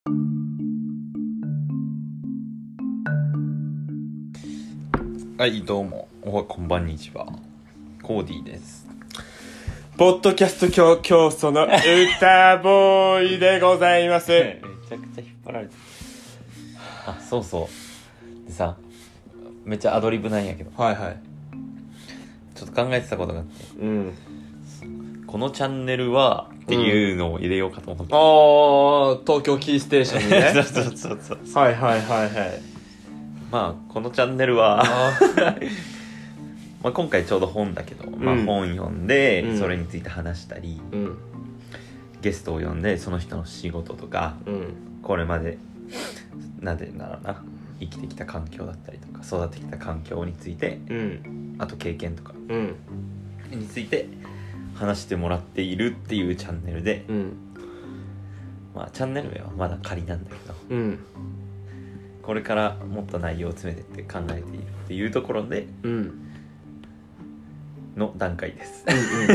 はいどうもこんばんにちは、コーディです。 ポッドキャスト教祖の歌ボーイでございますめちゃくちゃ引っ張られてる。あ、そうそうでさ、めっちゃアドリブなんやけど、 はいはい、 ちょっと考えてたことがあって、このチャンネルはっていうのを入れようかと思って、 東京キーステーションにねそうはいはいはいはい。 まあこのチャンネルはまあ今回ちょうど本だけど、まあ本読んで、それについて話したり、ゲストを呼んでその人の仕事とか、これまでなんでだろうな、生きてきた環境だったりとか育ってきた環境について、あと経験とか、について話してもらっているっていうチャンネルで、まあチャンネル名はまだ仮なんだけど、これからもっと内容を詰めてって考えているっていうところで、の段階です。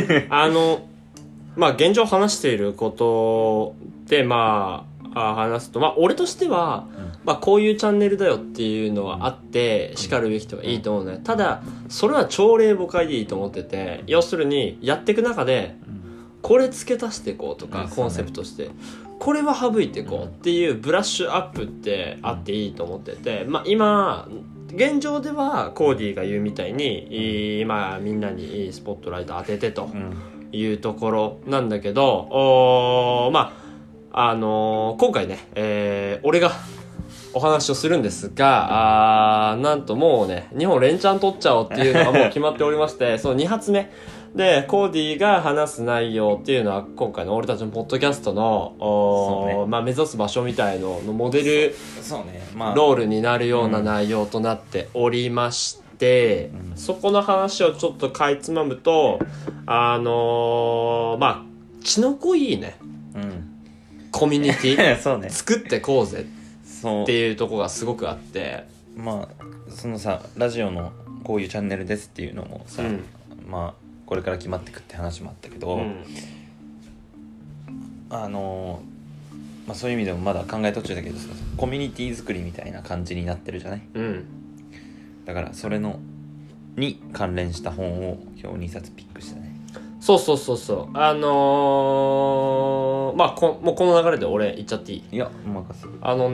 まあ現状話していることで話すと、俺としては、こういうチャンネルだよっていうのはあって叱るべきとはいいと思うね。ただそれは朝令暮改でいいと思ってて、要するにやっていく中でこれ付け足していこうとか、コンセプトしてこれは省いていこうっていうブラッシュアップってあっていいと思ってて、今現状ではコーディが言うみたいに、みんなにスポットライト当ててというところなんだけど、今回ね、俺がお話をするんですが、なんともうね2本連チャン取っちゃおうっていうのがもう決まっておりましてその2発目でコーディが話す内容っていうのは今回の俺たちのポッドキャストの、目指す場所みたいのモデルロールになるような内容となっておりまして、そこの話をちょっとかいつまむと血の濃いね、コミュニティ作ってこうぜっていうとこがすごくあって、 そのさラジオのこういうチャンネルですっていうのもさ、これから決まってくって話もあったけど、そういう意味でもまだ考え途中だけどさ、コミュニティ作りみたいな感じになってるじゃない、だからそれのに関連した本を今日2冊ピックしたね。 そうもうこの流れで俺言っちゃっていい？ いや任せる。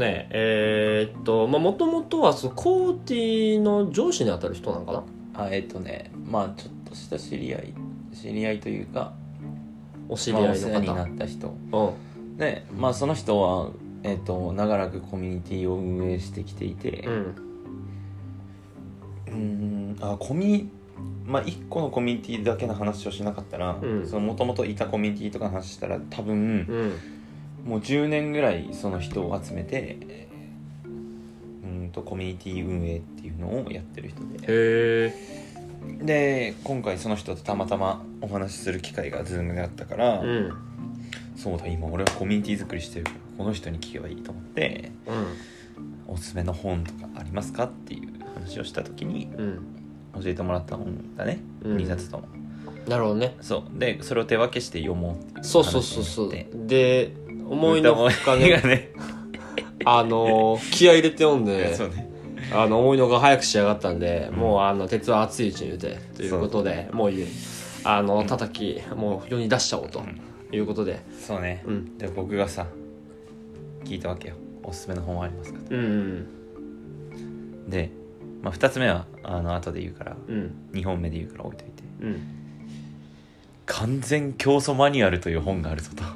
もともとはコーティの上司に当たる人なのかな。 ちょっとした知り合いというかお知り合いの方、 お世話になった人、でその人は長らくコミュニティを運営してきていて、1個のコミュニティだけの話をしなかったら、その元々いたコミュニティとかの話したら多分、もう10年ぐらいその人を集めてコミュニティ運営っていうのをやってる人で今回その人とたまたまお話しする機会が Zoom であったから、そうだ今俺はコミュニティ作りしてるからこの人に聞けばいいと思って、おすすめの本とかありますかっていう話をした時に、教えてもらった本だね、2冊とも。なるほどね。そうでそれを手分けして読もうっていう話になって、 で思いのほかね気合い入れて読んで思いのが早く仕上がったんで、もう鉄は熱いうちに打てということで、もう叩きもう世に出しちゃおうということで、 そうね、で僕がさ聞いたわけよ、おすすめの本はありますかと、で、2つ目は後で言うから、2本目で言うから置いといて、完全競争マニュアルという本があるぞと、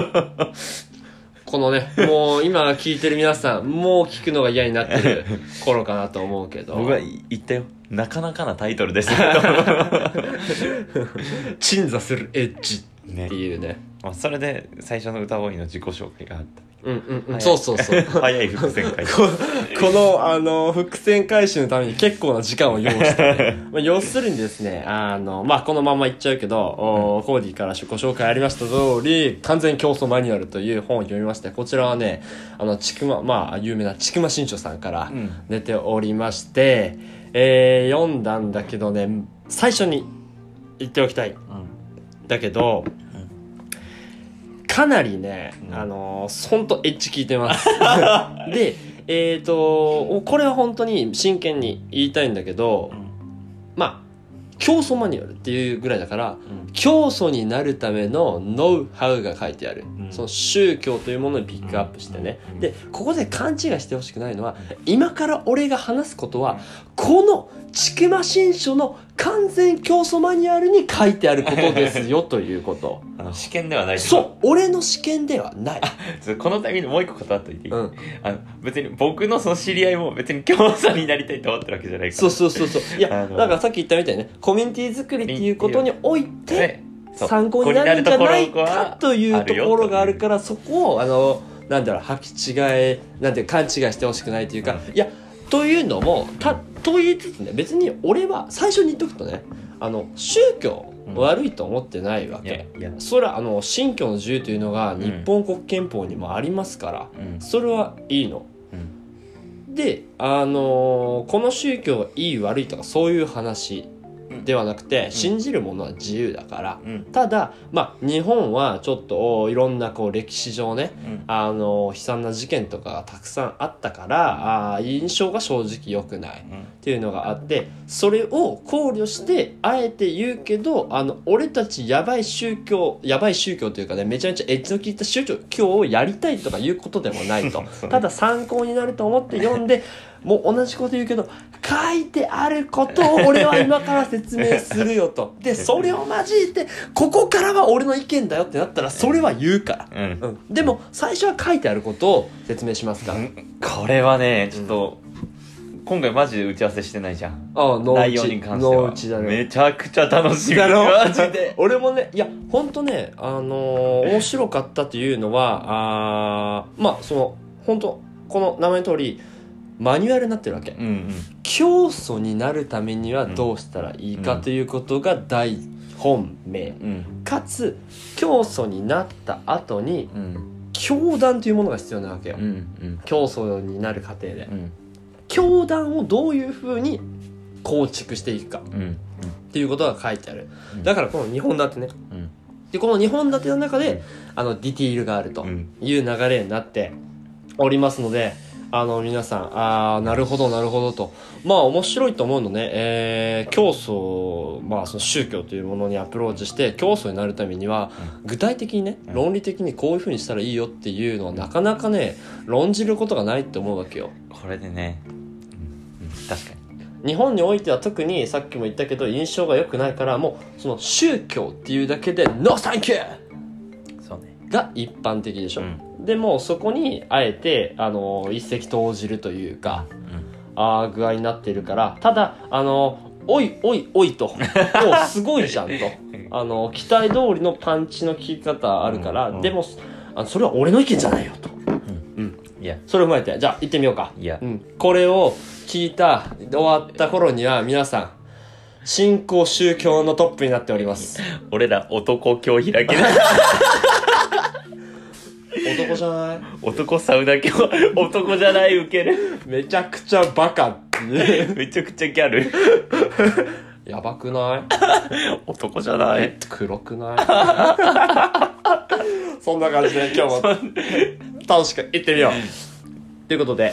このねもう今聞いてる皆さんもう聞くのが嫌になってる頃かなと思うけど僕は言ったよ、なかなかなタイトルです鎮座するエッジっていうね、 それで最初の歌ボーイの自己紹介があった。 そう早い伏線回収この伏線回収のために結構な時間を要して、要するにですねこのまま言っちゃうけど、コーディからご紹介ありました通り完全競争マニュアルという本を読みまして、こちらはね有名な千曲新書さんから出ておりまして、読んだんだけどね、最初に言っておきたい、だけどかなりね、ほんとエッジ効いてますでこれは本当に真剣に言いたいんだけど、まあ教祖マニュアルっていうぐらいだから、教祖になるためのノウハウが書いてある、その宗教というものをピックアップしてね、でここで勘違いしてほしくないのは、今から俺が話すことはこの筑馬新書の完全教祖マニュアルに書いてあることですよということ試験ではないそう俺の試験ではないこのタイミングでもう一個断っといていい、別に僕のその知り合いも別に教祖になりたいと思ってるわけじゃないからそういやだからさっき言ったみたいにねコミュニティ作りっていうことにおいて参考になるんじゃないかというところがあるから、そこをなんだろう履き違えなんて勘違いしてほしくないというか、いやというのもと言いつつね、別に俺は最初に言っとくとね、宗教悪いと思ってないわけ、それは信教の自由というのが日本国憲法にもありますから、それはいいの、でこの宗教がいい悪いとかそういう話ではなくて、信じるものは自由だから、ただ日本はちょっといろんな歴史上ね、悲惨な事件とかがたくさんあったから印象が正直良くないっていうのがあって、それを考慮してあえて言うけど、俺たちやばい宗教というかね、めちゃめちゃエッジの効いた宗教をやりたいとかいうことでもないとただ参考になると思って読んでもう同じこと言うけど書いてあることを俺は今から説明するよとでそれを交えてここからは俺の意見だよってなったらそれは言うから、でも最初は書いてあることを説明しますから、 これはねちょっと、今回マジで打ち合わせしてないじゃん。内容に関してはめちゃくちゃ楽しみだろマジで俺もね、いやほんとね面白かったというのはその本当この名前の通りマニュアルになってるわけ、教祖になるためにはどうしたらいいかということが大本命、かつ教祖になった後に、教団というものが必要なわけよ、教祖になる過程で、教団をどういうふうに構築していくか、っていうことが書いてある、だからこの2本立てね、でこの2本立ての中でディティールがあるという流れになっておりますので、皆さんなるほどと面白いと思うのね、教祖その宗教というものにアプローチして教祖になるためには、具体的にね論理的にこういう風にしたらいいよっていうのはなかなかね論じることがないって思うわけよ。 これでね、確かに日本においては特にさっきも言ったけど印象が良くないから、もうその宗教っていうだけでノーサンキューが一般的でしょ、でもそこにあえて一石投じるというか、具合になっているから、ただおいとおすごいじゃんと期待通りのパンチの効き方あるから、でもそれは俺の意見じゃないよと、 いやそれを踏まえてじゃあ行ってみようか。これを聞いた終わった頃には皆さん新興宗教のトップになっております。 俺ら男教開けない男じゃない男サウナ教男じゃないウケるめちゃくちゃバカっていうめちゃくちゃギャルやばくない男じゃない黒くないそんな感じで今日も楽しくいってみようということで、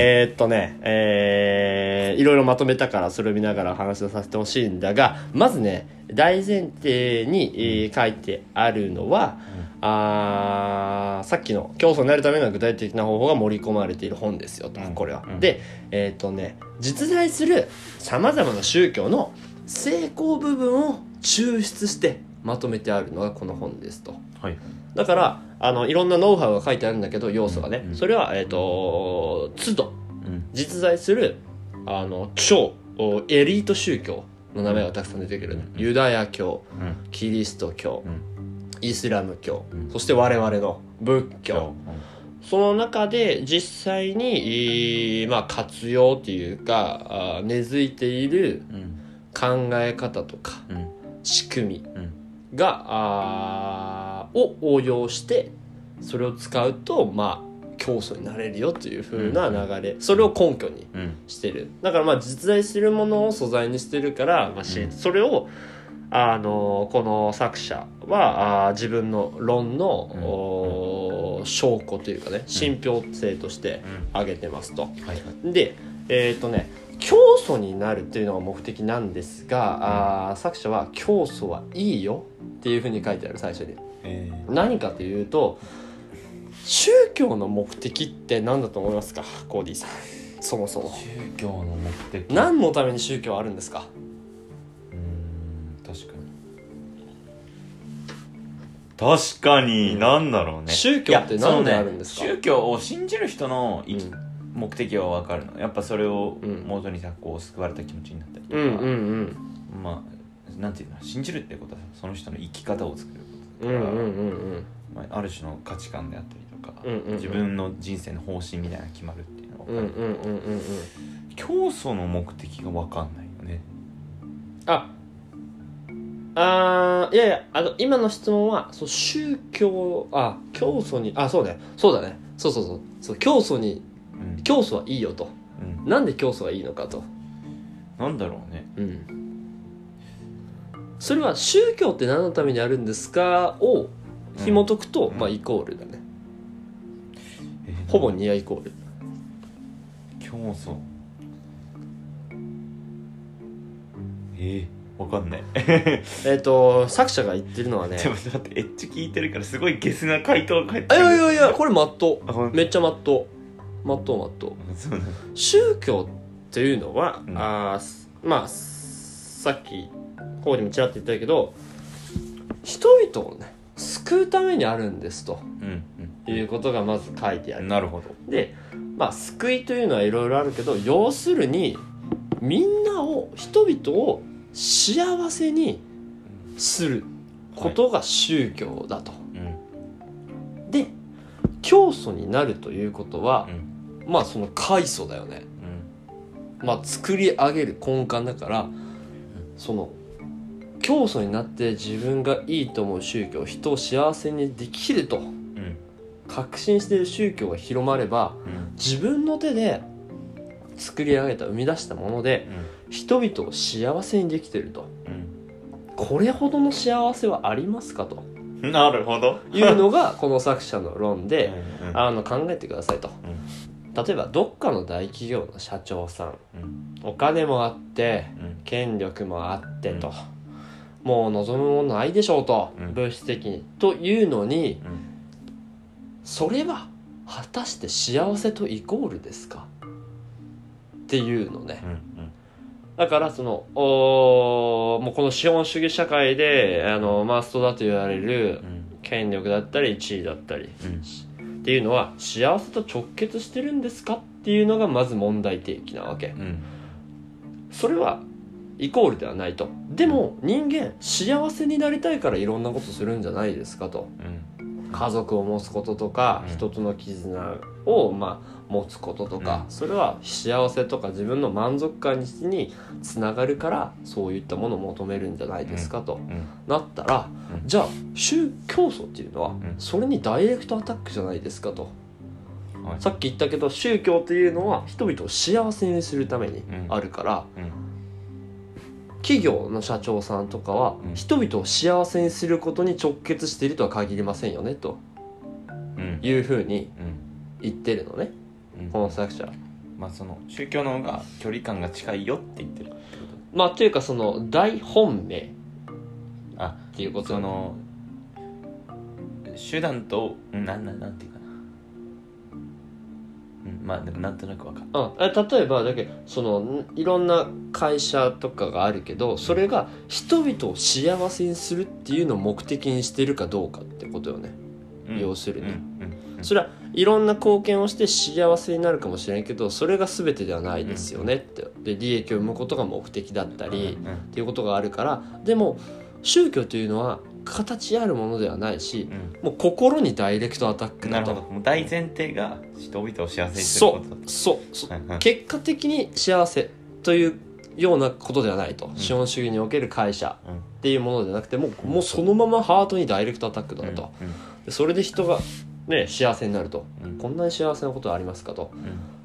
いろいろまとめたからそれを見ながら話をさせてほしいんだが、まずね大前提に、書いてあるのは、さっきの教祖になるための具体的な方法が盛り込まれている本ですよと、これは、で実在するさまざまな宗教の成功部分を抽出してまとめてあるのがこの本ですと、だからいろんなノウハウが書いてあるんだけど要素がね、それは都度実在する超エリート宗教の名前がたくさん出てくる、ユダヤ教、キリスト教、イスラム教、そして我々の仏教、その中で実際に、活用というか根付いている考え方とか、仕組みがを応用してそれを使うと教祖になれるよという風な流れ、それを根拠にしてる、だから実在するものを素材にしてるから、それをこの作者は自分の論の、証拠というかね信憑性として挙げてますと、で教祖になるというのが目的なんですが、作者は教祖はいいよっていうふうに書いてある最初に、何かというと宗教の目的って何だと思いますか、コーディさん。そもそも宗教の目的、 何のために宗教はあるんですか。 確かに、なんだろうね。 宗教って何であるんですか。 宗教を信じる人の目的は分かるの。やっぱそれを元にさ、こう救われた気持ちになったりとか、まあなんていうの、信じるってことはその人の生き方を作ることとか、まあ、ある種の価値観であったりとか、自分の人生の方針みたいなのが決まるっていうのが分かる。教祖の目的が分かんないよね。 いや今の質問はそう宗教教祖にそうだねそう教祖に、教祖はいいよと、なんで教祖はいいのかと。 なんだろうね。 それは宗教って何のためにあるんですかを紐解くと、イコールだね。ほぼニアイコール。 教祖わかんない作者が言ってるのはね、 ちょっと待って、エッジ聞いてるからすごいゲスな回答が返ってくる。 いやこれマット、めっちゃマット。 そうだ。 宗教っていうのは、さっきここにもちらっと言ったけど、人々をね救うためにあるんですと、いうことがまず書いてある。 なるほど。 で、救いというのはいろいろあるけど、要するに人々を幸せにすることが宗教だと、で教祖になるということは、その開祖だよね、作り上げる根幹だから、その教祖になって自分がいいと思う宗教、人を幸せにできると、確信している宗教が広まれば、自分の手で作り上げた生み出したもので、人々を幸せにできてると、これほどの幸せはありますかと。 なるほど。 いうのがこの作者の論で、考えてくださいと。例えばどっかの大企業の社長さん、お金もあって、権力もあってと、もう望むものないでしょうと、物質的にというのに、それは果たして幸せとイコールですかっていうのね。だからもうこの資本主義社会でマストだと言われる権力だったり地位だったり、っていうのは幸せと直結してるんですかっていうのがまず問題提起なわけ、それはイコールではないと。でも人間幸せになりたいからいろんなことするんじゃないですかと、家族を持つこととか、人との絆を持つこととか、それは幸せとか自分の満足感につながるから、そういったものを求めるんじゃないですかと、なったら、じゃあ教祖っていうのはそれにダイレクトアタックじゃないですかと、さっき言ったけど宗教っていうのは人々を幸せにするためにあるから、企業の社長さんとかは人々を幸せにすることに直結しているとは限りませんよねと、いうふうに言ってるのね、この作者。 その宗教の方が距離感が近いよって言ってるってこと。 というかその大本命っていうこと。 その手段となんていうかな、でもなんとなく分かる。例えばだけどいろんな会社とかがあるけど、それが人々を幸せにするっていうのを目的にしてるかどうかってことよね、要するに、それはいろんな貢献をして幸せになるかもしれないけど、それが全てではないですよねって、で利益を生むことが目的だったり、っていうことがあるから。でも宗教というのは形あるものではないし、もう心にダイレクトアタックだと。 なるほど。もう大前提が人々を幸せにすることだと。 そう結果的に幸せというようなことではないと、資本主義における会社っていうものではなくて、もうそのままハートにダイレクトアタックだと、でそれで人がね幸せになると、こんなに幸せなことはありますかと、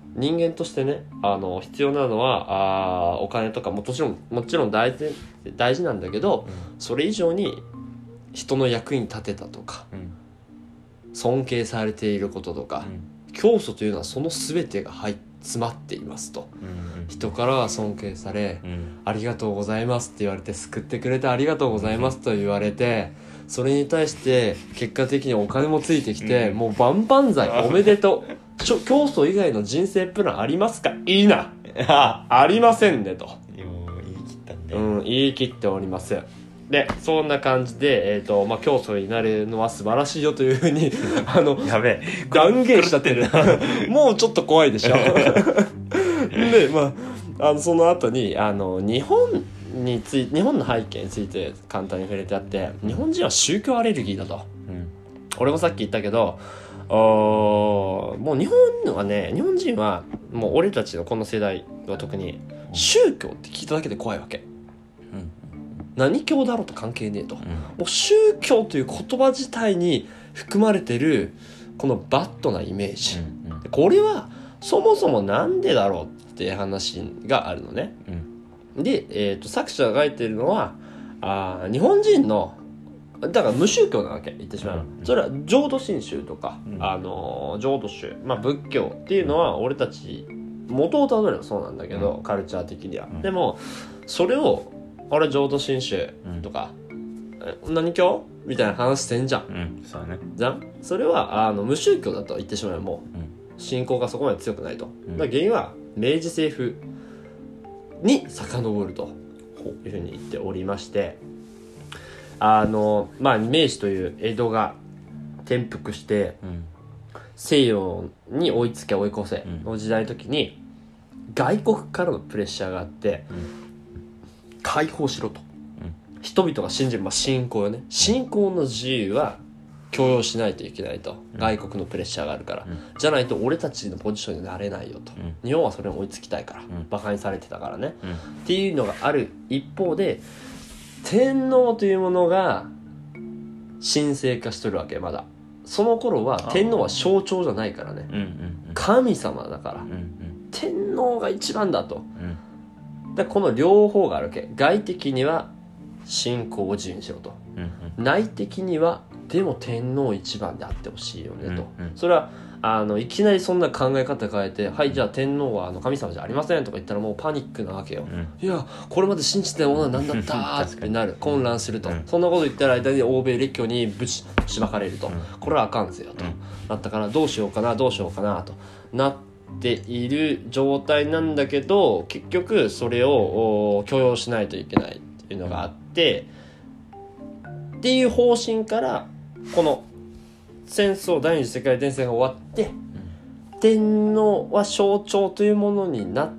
人間としてね必要なのはお金とかもちろん大事なんだけど、それ以上に人の役に立てたとか、尊敬されていることとか、教祖というのはその全てが詰まっていますと、人からは尊敬され、ありがとうございますって言われて、救ってくれてありがとうございますと言われて、それに対して結果的にお金もついてきて、もう万々歳おめでとう教祖以外の人生プランありますか？いいなありませんねと言い切ったんで、 言い切っております。でそんな感じで、教祖になるのは素晴らしいよというふうにやべえ断言しちゃってるもうちょっと怖いでしょでその後に日本の背景について簡単に触れてあって、日本人は宗教アレルギーだと、俺もさっき言ったけどもう日本人はもう俺たちのこの世代は特に宗教って聞いただけで怖いわけ、何教だろうと関係ねえと、もう宗教という言葉自体に含まれてるこのバッドなイメージ、これはそもそもなんでだろうっていう話があるのね、で、作者が書いてるのは日本人のだから無宗教なわけ言ってしまう、それは浄土真宗とか、浄土宗、仏教っていうのは俺たち元をたどればそうなんだけど、カルチャー的には、でもそれを俺浄土真宗とか、何教みたいな話してんじゃん、 そうね、 じゃん。それは無宗教だと言ってしまえばもう、信仰がそこまで強くないと、だから原因は明治政府に遡るというふうに言っておりまして、明治という江戸が転覆して、西洋に追いつけ追い越せの時代の時に、外国からのプレッシャーがあって、解放しろと、人々が信じる、信仰よね、信仰の自由は許容しないといけないと、外国のプレッシャーがあるから、じゃないと俺たちのポジションになれないよと、日本はそれに追いつきたいから、馬鹿にされてたからね、っていうのがある一方で、天皇というものが神聖化しとるわけ。まだその頃は天皇は象徴じゃないからね、神様だから、天皇が一番だと、だからこの両方があるわけ。外的には信仰を自由にしろと、内的にはでも天皇一番であってほしいよねと、それはいきなりそんな考え方変えて、はいじゃあ天皇は神様じゃありませんとか言ったらもうパニックなわけよ、いやこれまで信じてたものは何だったってなる混乱すると、そんなこと言ったら間に欧米列強にぶちしばかれると、これはあかんせよと、なったからどうしようかなとなっている状態なんだけど、結局それを許容しないといけないっていうのがあってっていう方針から、この第二次世界大戦が終わって、天皇は象徴というものになって、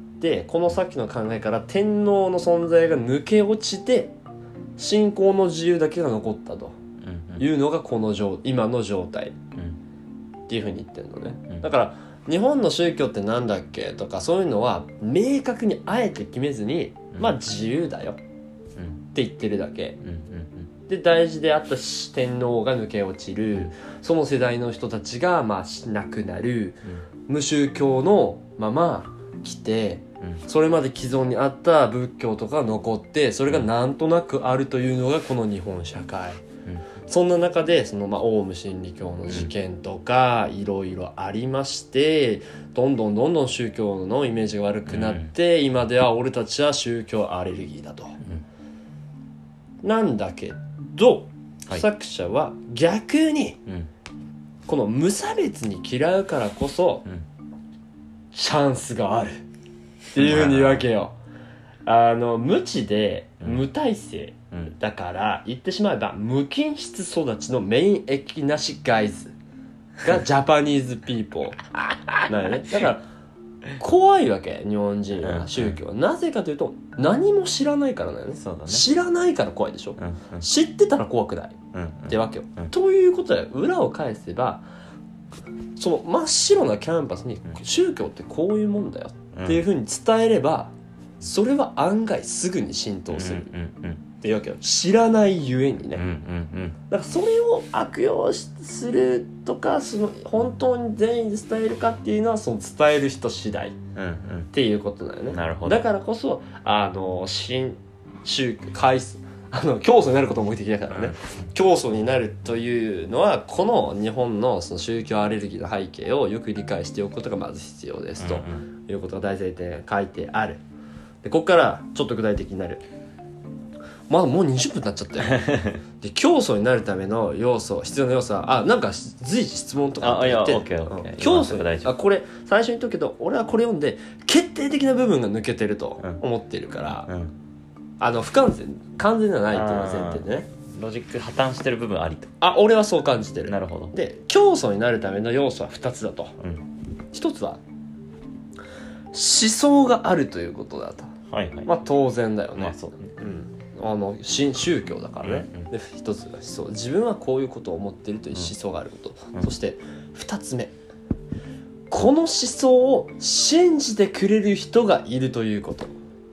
このさっきの考えから天皇の存在が抜け落ちて信仰の自由だけが残ったというのがこの今の状態っていうふうに言ってるのね、だから日本の宗教ってなんだっけとかそういうのは明確にあえて決めずに、自由だよって言ってるだけで、大事であった天皇が抜け落ちる、その世代の人たちが亡くなる、無宗教のまま来て、それまで既存にあった仏教とか残って、それがなんとなくあるというのがこの日本社会、そんな中でオウム真理教の事件とかいろいろありまして、どんどん宗教のイメージが悪くなって、今では俺たちは宗教アレルギーだと、なんだけど、作者は逆に、この無差別に嫌うからこそ、チャンスがあるっていうふうに言うわけよ。無知で無体制だから、言ってしまえば無菌室育ちの免疫なしガイズがジャパニーズピーポーなんよね。だから怖いわけ、日本人は宗教は。なぜかというと何も知らないからだよね。知らないから怖いでしょ、知ってたら怖くない、ってわけよ、ということで裏を返せば、その真っ白なキャンパスに宗教ってこういうもんだよっていうふうに伝えれば、それは案外すぐに浸透する、 っていうわけよ。知らないゆえにね、だからそれを悪用するとか、その本当に全員で伝えるかっていうのはその伝える人次第っていうことだよね。 なるほど。 だからこそ新宗教教祖になることも目的だからね、教祖になるというのはこの日本のその宗教アレルギーの背景をよく理解しておくことがまず必要ですということが大前提書いてある。でここからちょっと具体的になる。まあもう20分になっちゃったよで教祖になるための必要な要素はなんか随時質問とか言って、 教祖これ最初に言っとくけど、俺はこれ読んで決定的な部分が抜けてると思っているから、不完全ではないっていうのが前提でね。 ロジック破綻してる部分ありと。 俺はそう感じてる。 なるほど。 で教祖になるための要素は2つだと、1つは思想があるということだと。まあ当然だよね。そうだね。新宗教だからね。で一つが思想、自分はこういうことを思っているという思想があること、そして2つ目、この思想を信じてくれる人がいるということ。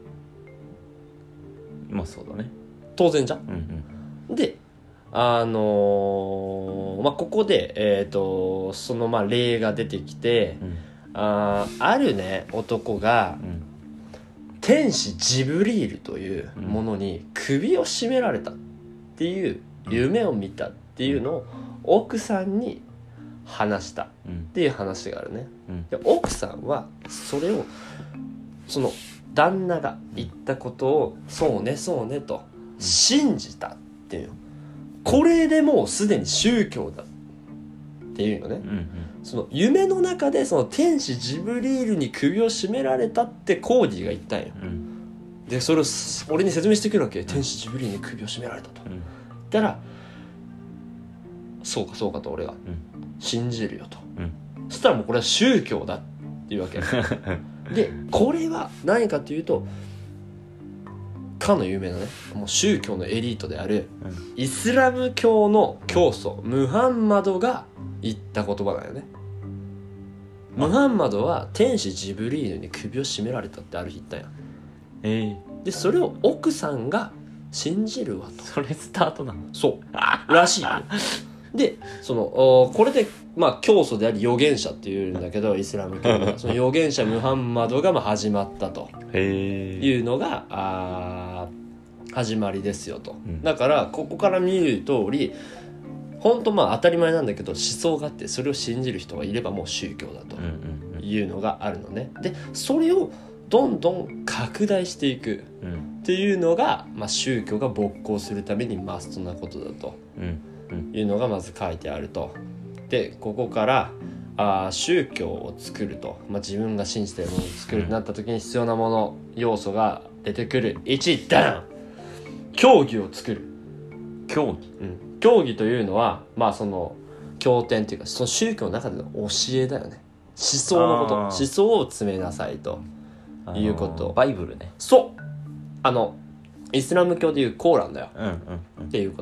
まあそうだね、 当然じゃん、でここでその例が出てきて、あるね男が、天使ジブリールというものに首を絞められたっていう夢を見たっていうのを奥さんに話したっていう話があるね、で奥さんはそれをその旦那が言ったことをそうねそうねと信じたっていう、これでもうすでに宗教だっていうのね、その夢の中でその天使ジブリールに首を絞められたってコーディが言ったんよ、でそれを俺に説明してくるわけ、天使ジブリールに首を絞められたと、だからそうかそうかと俺が、信じるよと、そしたらもうこれは宗教だっていうわけでこれは何かというとかの有名なねもう宗教のエリートである、イスラム教の教祖ムハンマドが言った言葉だよね。ムハンマドは天使ジブリールに首を絞められたってある日言ったやん、でそれを奥さんが信じるわと。 それスタートなの？ そうらしいよでそのこれで教祖であり預言者っていうんだけどイスラム教のその預言者ムハンマドが始まったというのが始まりですよと、だからここから見る通り本当当たり前なんだけど思想があってそれを信じる人がいればもう宗教だというのがあるのね。でそれをどんどん拡大していくっていうのが、宗教が勃興するためにマストなことだというのがまず書いてあると。でここから宗教を作ると、自分が信じているものを作るとなった時に必要なもの要素が出てくる。1ダン教義を作る。教義というのはその経典というかその宗教の中での教えだよね。思想のこと、思想を詰めなさいということ、 バイブルね。 そうイスラム教でいうコーランだよ、っていうこと。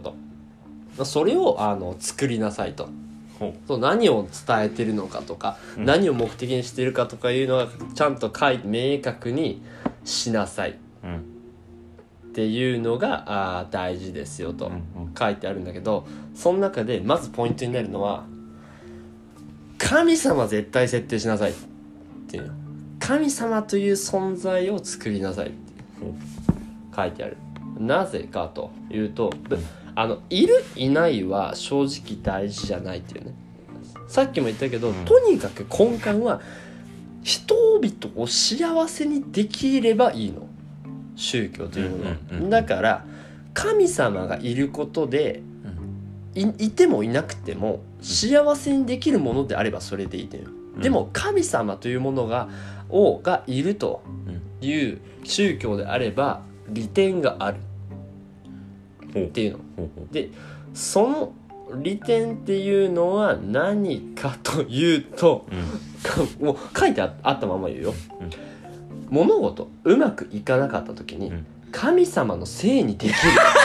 それを作りなさいと。そう何を伝えてるのかとか、何を目的にしているかとかいうのがちゃんと明確にしなさいっていうのが大事ですよと書いてあるんだけど、その中でまずポイントになるのは神様絶対設定しなさいっていう、神様という存在を作りなさいって書いてある。なぜかというといるいないは正直大事じゃないっていうね。さっきも言ったけど、とにかく根幹は人々を幸せにできればいいの、宗教というもの、だから神様がいることで いてもいなくても幸せにできるものであればそれでいいという、でも神様というものがいるという宗教であれば利点があるっていうので、その利点っていうのは何かというと、もう書いてあったまま言うよ、物事うまくいかなかった時に、神様のせいにできる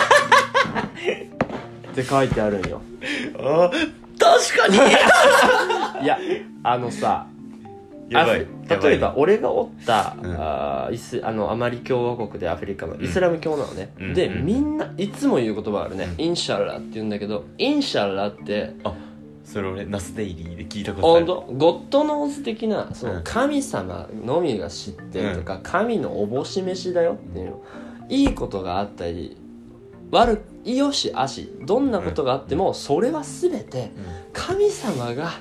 って書いてあるんよ。確かにいやさやばい例えば俺がおった、 うん、 アマリ共和国でアフリカのイスラム教なのね、で、みんないつも言う言葉あるね、インシャラって言うんだけど、インシャラってそれ俺ナスデイリーで聞いたことある。 ゴッドノーズ的なその神様のみが知ってるとか、神のおぼし飯だよっていうの、いいことがあったり悪いよしあしどんなことがあっても、それは全て神様が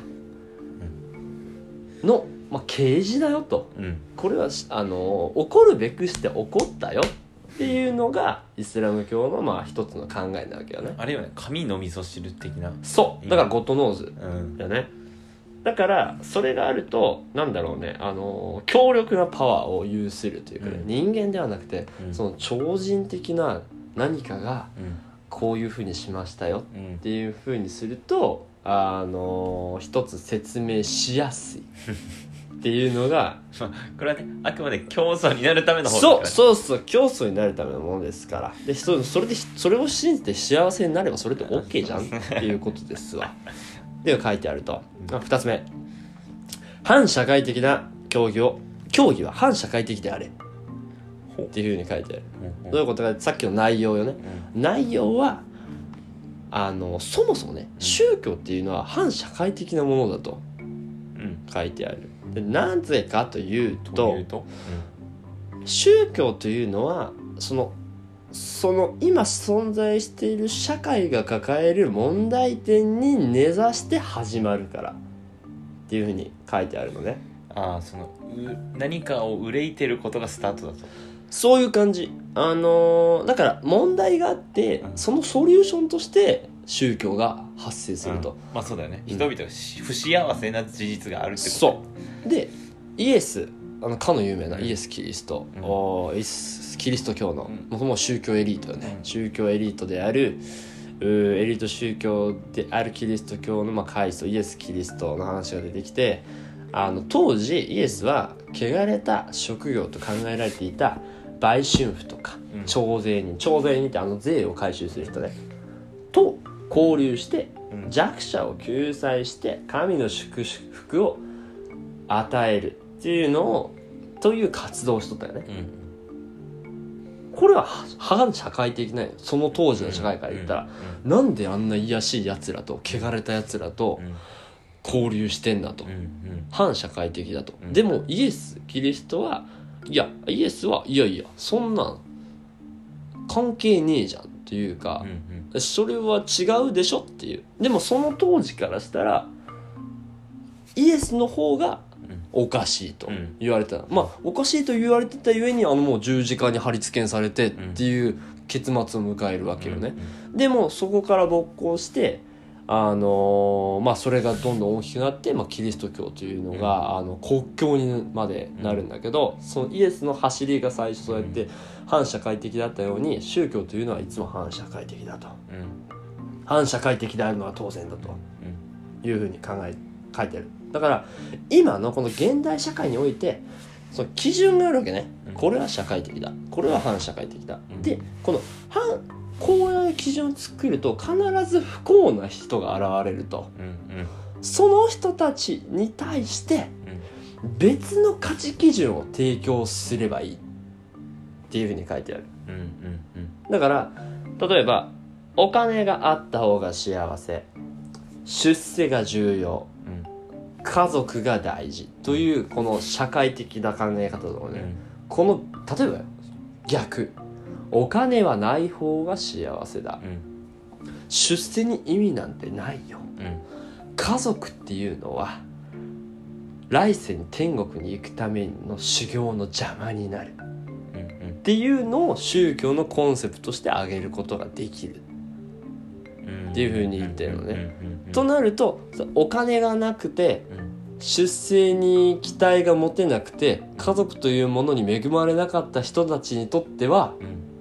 の、啓示だよと、これは起こるべくして起こったよっていうのがイスラム教の一つの考えなわけよね。 あれよね、神の味噌汁的な。 そうだからゴッドノーズだね、だからそれがあるとなんだろうね、強力なパワーを有するというかね、人間ではなくて、その超人的な何かがこういうふうにしましたよっていうふうにすると、一つ説明しやすいっていうのがこれはね、あくまで競争になるための方だから、そう競争になるためのものですから。でそれを信じて幸せになればそれって OK じゃんっていうことですわって書いてあると。2つ目、反社会的な競技は反社会的であれっていうふうに書いてある。どういうことか、さっきの内容よね、内容はそもそもね、宗教っていうのは反社会的なものだと書いてある。でなぜかというと、宗教というのはその今存在している社会が抱える問題点に根ざして始まるからっていうふうに書いてあるのね。 何かを憂いてることがスタートだと、 そういう感じ。だから問題があって、そのソリューションとして宗教が発生すると、 そうだよね、人々が不幸せな事実があるってこと。 そうで、イエスかの有名なイエス・キリスト、キリスト教の、もう宗教エリートよね、宗教エリートであるエリート宗教であるキリスト教の開祖イエス・キリストの話が出てきて、当時イエスは汚れた職業と考えられていた売春婦とか徴税人って税を回収する人ねと交流して、弱者を救済して神の祝福を与えるっていうのをという活動をしとったよね、これは反社会的な、その当時の社会から言ったら、なんであんな卑しいやつらと汚れたやつらと交流してんだと、反社会的だと、でもイエス・キリストはいやそんなん関係ねえじゃんというか、それは違うでしょっていう。でもその当時からしたらイエスの方がおかしいと言われた、おかしいと言われてたゆえにもう十字架に貼り付けされてっていう結末を迎えるわけよね、でもそこから勃興してそれがどんどん大きくなって、キリスト教というのが、国教にまでなるんだけど、そのイエスの走りが最初そうやって反社会的だったように、宗教というのはいつも反社会的だと、反社会的であるのは当然だというふうに書いてある。だから今のこの現代社会においてその基準があるわけね、これは社会的だ、これは反社会的だ、でこのこういう基準を作ると必ず不幸な人が現れると、その人たちに対して別の価値基準を提供すればいいっていうふうに書いてある、だから例えばお金があった方が幸せ、出世が重要、家族が大事というこの社会的な考え方のね、この例えば逆、お金はない方が幸せだ、出世に意味なんてないよ、家族っていうのは来世に天国に行くための修行の邪魔になる、っていうのを宗教のコンセプトとして挙げることができるっていうふうに言ってるのね、となるとお金がなくて出世に期待が持てなくて家族というものに恵まれなかった人たちにとっては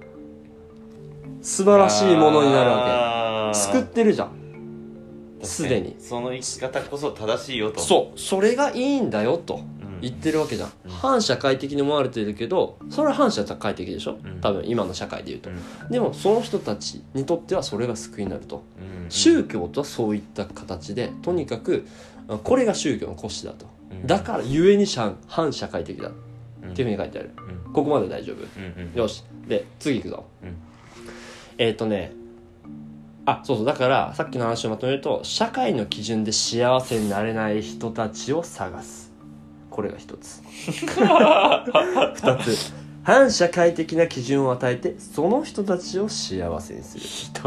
素晴らしいものになるわけ。救ってるじゃんすでに。 その生き方こそ正しいよと。 それがいいんだよと言ってるわけじゃん、反社会的に思われてるけどそれは反社会的でしょ、多分今の社会で言うと、でもその人たちにとってはそれが救いになると、宗教とはそういった形でとにかくこれが宗教の骨子だとだからゆえに反社会的だっていうふうに書いてある、ここまで大丈夫、よし、で次いくぞ、そうだからさっきの話をまとめると、社会の基準で幸せになれない人たちを探す、これが一つ二つ、反社会的な基準を与えてその人たちを幸せにする。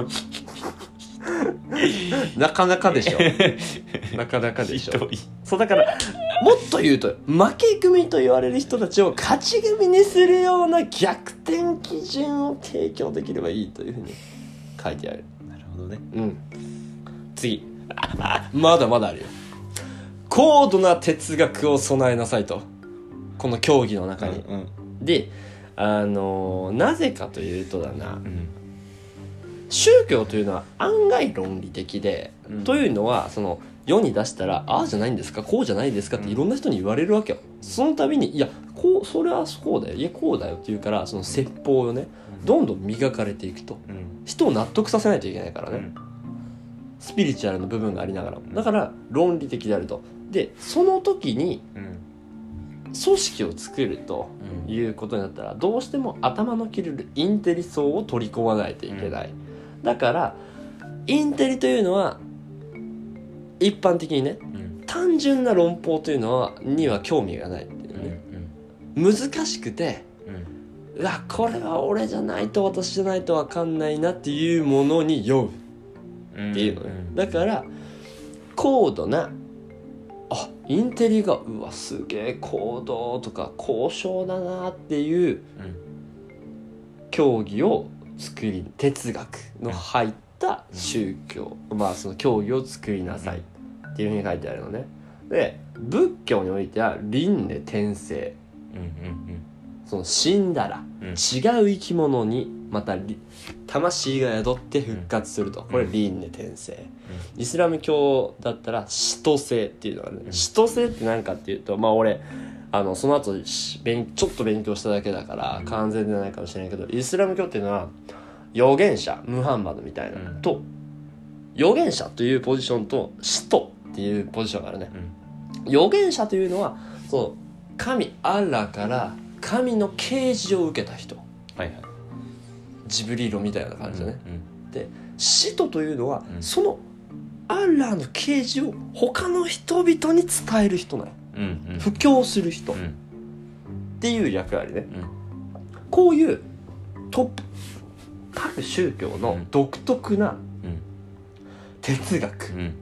なかなかでしょなかなかでしょ。そうだからもっと言うと、負け組と言われる人たちを勝ち組にするような逆転基準を提供できればいいというふうに書いてある。 なるほどね。 次まだまだあるよ。高度な哲学を備えなさいと、この教義の中に、でなぜかというとだな、宗教というのは案外論理的で、というのはその世に出したら、ああじゃないんですか、こうじゃないですかっていろんな人に言われるわけよ。その度にいやこう、それはそうだよ、いやこうだよって言うから、その説法をねどんどん磨かれていくと、人を納得させないといけないからね、スピリチュアルの部分がありながらも、だから論理的であると。でその時に組織を作るということになったら、どうしても頭の切れるインテリ層を取り込まないといけない、だからインテリというのは一般的にね、単純な論法というのには興味がないっていうね、難しくて、うわこれは俺じゃないと、私じゃないと分かんないなっていうものに酔うっていうのね、だから高度な、インテリがうわすげえ高度とか高尚だなっていう教義を作り、哲学の入った宗教、その教義を作りなさいっていうふうに書いてあるのね。で仏教においては輪廻転生、その死んだら違う生き物にまた魂が宿って復活すると、これ輪廻転生。イスラム教だったら使徒性っていうのがね、使徒性って何かっていうと、俺その後ちょっと勉強しただけだから完全じゃないかもしれないけど、イスラム教っていうのは預言者ムハンマドみたいなと、預言者というポジションと使徒っていうポジションがあるね、預言者というのはその神アッラーから神の啓示を受けた人、ジブリールみたいな感じだね、で使徒というのは、そのアッラーの啓示を他の人々に伝える人なの、布教する人、っていう役割ね、こういうトップ各宗教の独特な哲学、伝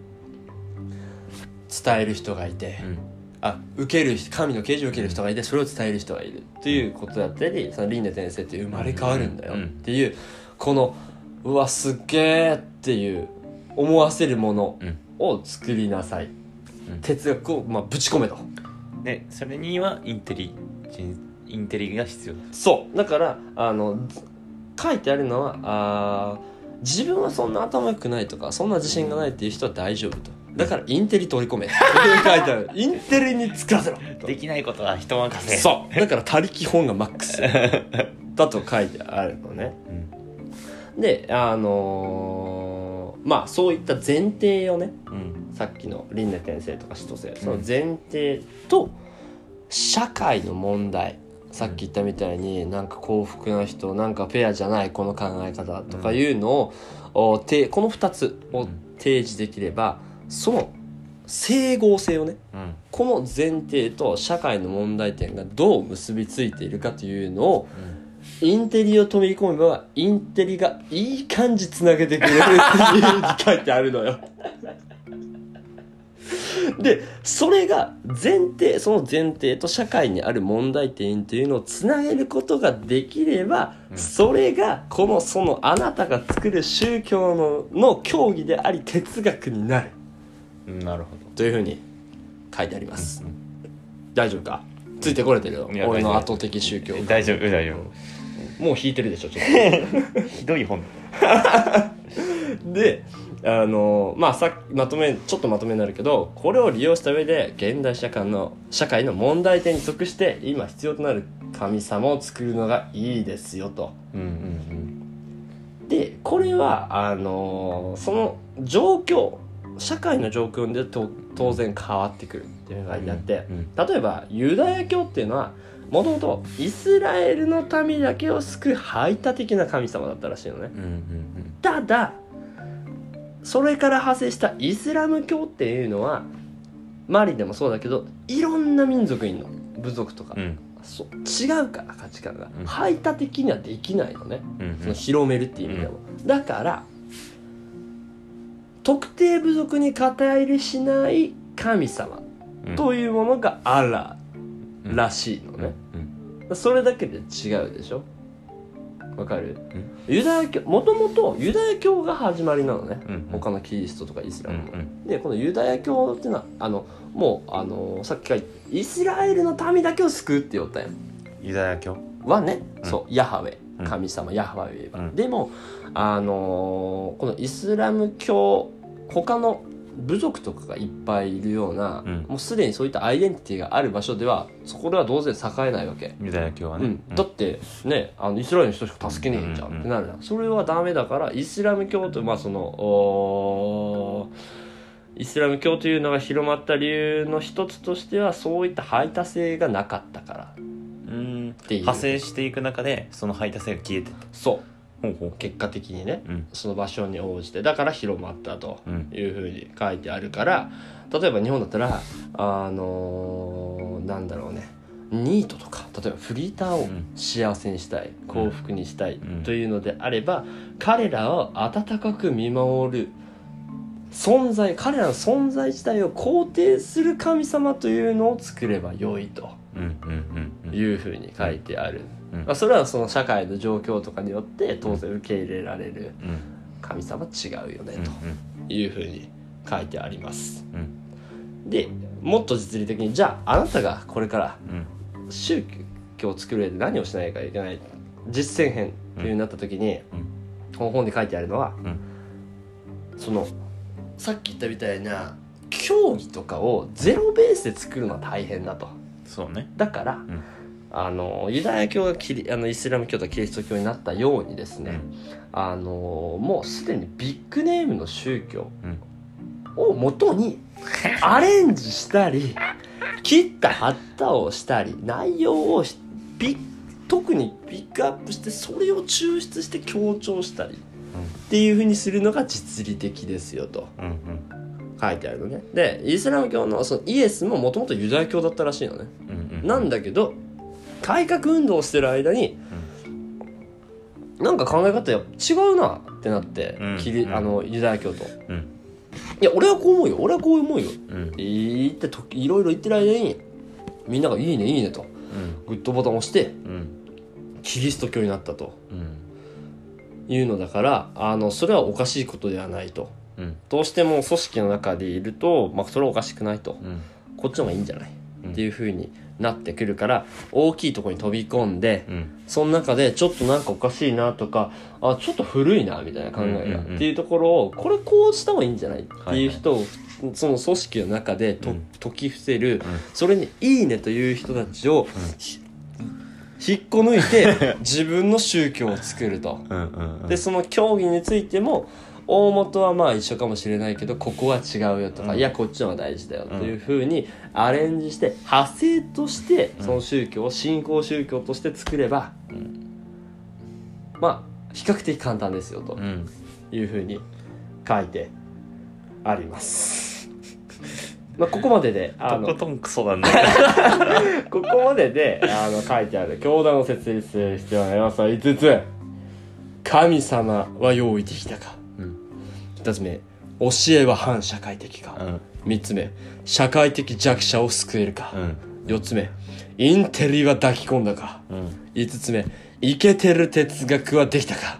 える人がいて、受ける神の啓示を受ける人がいて、それを伝える人がいるっていうことだったり、その輪廻転生っていう生まれ変わるんだよっていう、このうわすっげーっていう思わせるものを作りなさい、哲学をぶち込めと。 でそれにはインテリが必要だ。 そうだから書いてあるのは、自分はそんな頭良くないとかそんな自信がないっていう人は大丈夫と、だからインテリ取り込めって書いてあるインテリに作らせろできないことは人任せ。 そうだから他力本がマックスだと書いてあるのね、でそういった前提をね、さっきの輪廻転生とか使徒性、その前提と社会の問題、さっき言ったみたいになんか幸福な人、なんかフェアじゃないこの考え方とかいうのを、この2つを提示できれば、その整合性をね、この前提と社会の問題点がどう結びついているかというのを、インテリを取り込めばインテリがいい感じつなげてくれるっていう風に書いてあるのよでそれがその前提と社会にある問題点というのをつなげることができれば、それがそのあなたが作る宗教の教義であり哲学になる。 なるほどというふうに書いてあります、大丈夫か？ついてこれてるよ、俺の圧倒的宗教。 大丈夫もう引いてるでしょちょっとひどい本でさっきちょっとまとめになるけど、これを利用した上で現代社会の問題点に即して今必要となる神様を作るのがいいですよと、でこれはその状況社会の状況で当然変わってくるっていうのが書いてあって、例えばユダヤ教っていうのはもともとイスラエルの民だけを救う排他的な神様だったらしいのね、ただそれから派生したイスラム教っていうのはマリでもそうだけどいろんな民族いるの、部族とか、そう違うから価値観が、排他的にはできないのね、その広めるっていう意味でも、だから特定部族に肩入れしない神様というものがアラーらしいのね、それだけで違うでしょ。わかる？ユダヤ教、もともとユダヤ教が始まりなのね、他のキリストとかイスラムも、でこのユダヤ教っていうのはもうさっきからイスラエルの民だけを救うって言ったんよ。 ユダヤ教はね、そうヤハウェ神様、ヤハウェは、でもこのイスラム教他の部族とかがいっぱいいるような、もうすでにそういったアイデンティティがある場所ではそこではどうせ栄えないわけ。 ユダヤ教はね、 だってねイスラエルの人しか助けねえんじゃんってなるじゃん、それはダメだからイスラム教とイスラム教というのが広まった理由の一つとしてはそういった排他性がなかったからっていう、 派生していく中でその排他性が消えてた。 そう結果的にね、その場所に応じてだから広まったというふうに書いてあるから、例えば日本だったらなんだろうね、ニートとか例えばフリーターを幸せにしたい、幸福にしたいというのであれば、彼らを温かく見守る存在、彼らの存在自体を肯定する神様というのを作れば良いというふうに書いてある。それはその社会の状況とかによって当然受け入れられる神様違うよねというふうに書いてあります。でもっと実利的に、じゃああなたがこれから宗教を作る上で何をしないといけない実践編という風になった時に、この本で書いてあるのは、そのさっき言ったみたいな教義とかをゼロベースで作るのは大変だと。 そうね。 だから、ユダヤ教がイスラム教とキリスト教になったようにですね、もうすでにビッグネームの宗教を元にアレンジしたり切った貼ったをしたり内容を特にピックアップしてそれを抽出して強調したりっていう風にするのが実利的ですよと書いてあるのね。でイスラム教のそのイエスももともとユダヤ教だったらしいのね、なんだけど改革運動をしてる間に、なんか考え方違うなってなって、ユダヤ教と、いや俺はこう思うよ俺はこう思うよ、って言っていろいろ言ってる間にみんながいいねいいねと、グッドボタンを押して、キリスト教になったと、いうのだからそれはおかしいことではないと、どうしても組織の中でいると、それはおかしくないと、こっちの方がいいんじゃない、っていう風になってくるから大きいところに飛び込んで、その中でちょっとなんかおかしいなとかちょっと古いなみたいな考えが、っていうところをこれこうした方がいいんじゃないっていう人を、その組織の中で解き伏せる、それにいいねという人たちを、引っこ抜いて自分の宗教を作ると。でその教義についても大元は一緒かもしれないけどここは違うよとか、いやこっちの方が大事だよというふうにアレンジして派生としてその宗教を新興宗教として作れば、比較的簡単ですよというふうに書いてあります。ここまででとことんクソだねここまでで書いてある教団を設立する必要な要素は5つ。神様は用意できたか、2つ目教えは反社会的か、3つ目社会的弱者を救えるか、4つ目インテリは抱き込んだか、5つ目イケてる哲学はできたか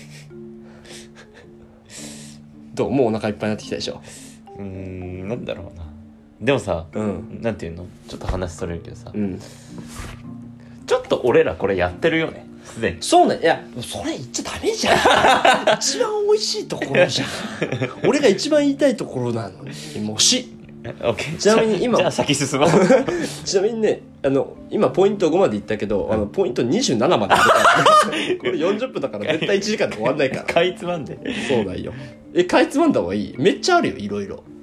どうもうお腹いっぱいになってきたでしょ。 なんだろうな。でもさ、なんていうの、ちょっと話それるけどさ、ちょっと俺らこれやってるよねすでに。 そうね。いやそれ言っちゃダメじゃん一番美味しいところじゃん俺が一番言いたいところなのにもしちなみに今じゃあ先進もうちなみにね今ポイント5まで言ったけど、ポイント27までこれ40分だから絶対1時間で終わんないからかいつまんで。 そうだよ。かいつまんだ方がいい。めっちゃあるよいろいろ。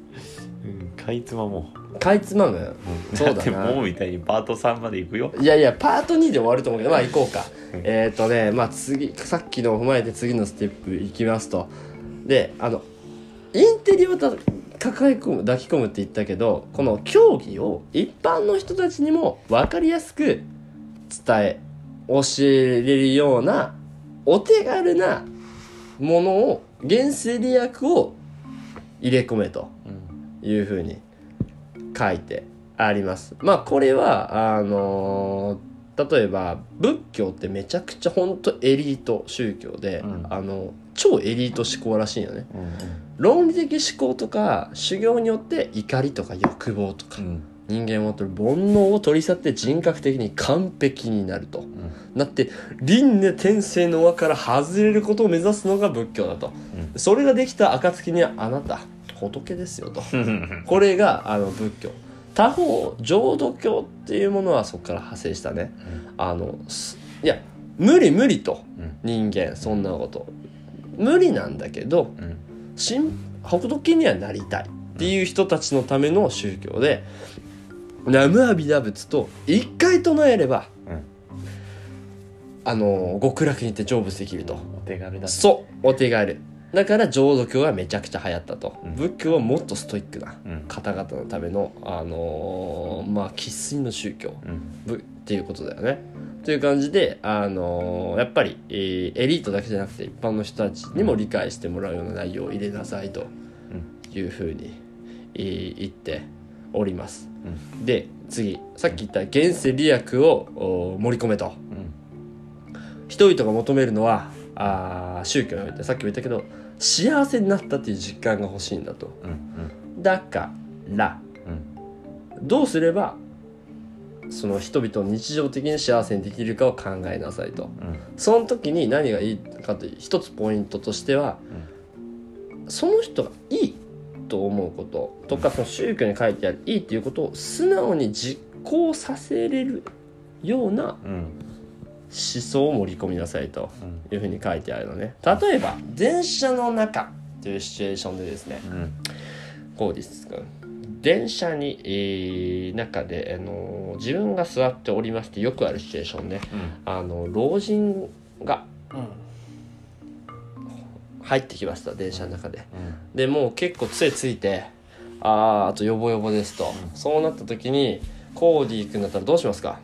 かいつまもかいつまむ、そうだな。 だってもうみたいにパート3まで行くよ。 いやいやパート2で終わると思うけど、まあ行こうか。まあ次さっきのを踏まえて次のステップいきますと、でインテリを抱き込むって言ったけど、この競技を一般の人たちにも分かりやすく伝え教えれるようなお手軽なものを、原生理薬を入れ込めというふうに書いてあります。まあこれは例えば仏教ってめちゃくちゃ本当エリート宗教で、超エリート思考らしいよね。論理的思考とか修行によって怒りとか欲望とか、人間を持ってる煩悩を取り去って人格的に完璧になると、なって輪廻転生の輪から外れることを目指すのが仏教だと、それができた暁にはあなた仏ですよとこれが仏教。他方浄土教っていうものはそこから派生したね、いや無理と、人間そんなこと無理なんだけど、仏にはなりたいっていう人たちのための宗教で、南無阿弥陀仏と一回唱えれば、極楽に行って成仏できると。 お手軽だね。 そうお手軽だから浄土教がめちゃくちゃ流行ったと、仏教はもっとストイックな方々のための生粋の宗教、っていうことだよね。という感じでやっぱり、エリートだけじゃなくて一般の人たちにも理解してもらうような内容を入れなさいというふうに、言っております。で次さっき言った現世利益を盛り込めと、人々が求めるのは宗教においてさっきも言ったけど幸せになったっていう実感が欲しいんだと、だから、どうすればその人々を日常的に幸せにできるかを考えなさいと、その時に何がいいかという一つポイントとしては、その人がいいと思うこととか、その宗教に書いてあるいいっていうことを素直に実行させれるような思想を盛り込みなさいというふうに書いてあるのね。例えば電車の中というシチュエーションでですね、こうです電車に、中で、自分が座っておりまして、よくあるシチュエーションね、老人が入ってきました電車の中で、でもう結構杖ついてあとヨボヨボですと、そうなった時にコーディー君だったらどうしますか？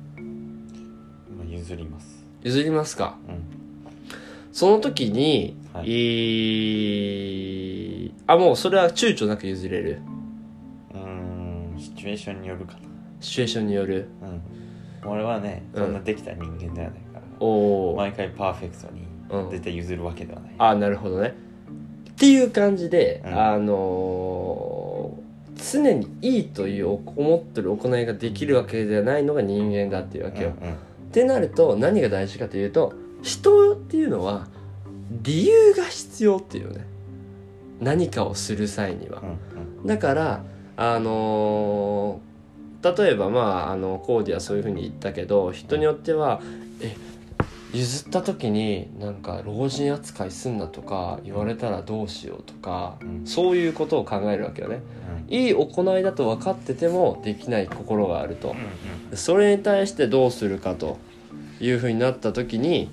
譲ります。 譲りますか？その時に、もうそれは躊躇なく譲れる。 シチュエーションによるかな。 シチュエーションによる。 俺はねそんなできた人間ではないから、毎回パーフェクトに絶対譲るわけではない。 なるほどね。っていう感じで、常にいいという思ってる行いができるわけではないのが人間だっていうわけよ。ってなると何が大事かというと、人っていうのは理由が必要っていうね、何かをする際には、だから例えばコーディはそういう風に言ったけど、人によっては譲った時になんか老人扱いすんなとか言われたらどうしようとか、そういうことを考えるわけよね。いい行いだと分かっててもできない心があると、それに対してどうするかという風になった時に、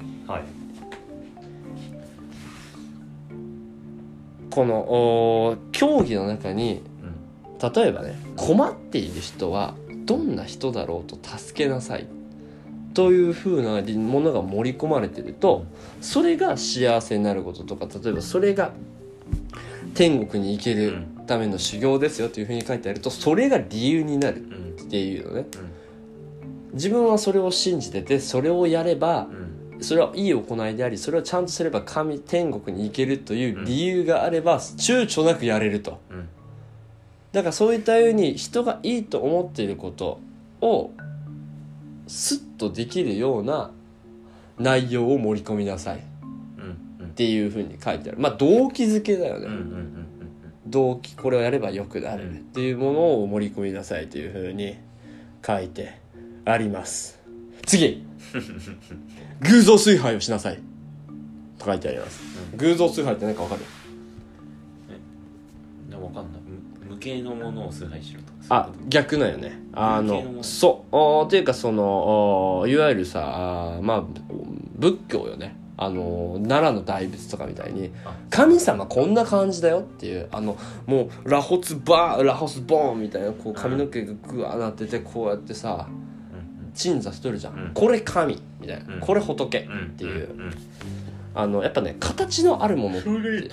この競技の中に例えばね、困っている人はどんな人だろうと助けなさいという風なものが盛り込まれてると、それが幸せになることとか、例えばそれが天国に行けるための修行ですよという風に書いてあると、それが理由になるっていうのね。自分はそれを信じてて、それをやればそれはいい行いであり、それをちゃんとすれば天国に行けるという理由があれば躊躇なくやれると。だからそういったように人がいいと思っていることをスッとできるような内容を盛り込みなさいっていうふうに書いてある。動機づけだよね。動機、これをやればよくなるっていうものを盛り込みなさいというふうに書いてあります。次偶像崇拝をしなさいと書いてあります。偶像崇拝って何か分かる？ 分かんない。無系のものを崇拝しろとか。 あ、逆なんよね。そうっていうかそのいわゆるさまあ仏教よね。奈良の大仏とかみたいに神様こんな感じだよっていうもうラホスボーンみたいなこう髪の毛がグワーなっててこうやってさ鎮座しとるじゃん、これ神みたいな、これ仏っていう、やっぱね形のあるものって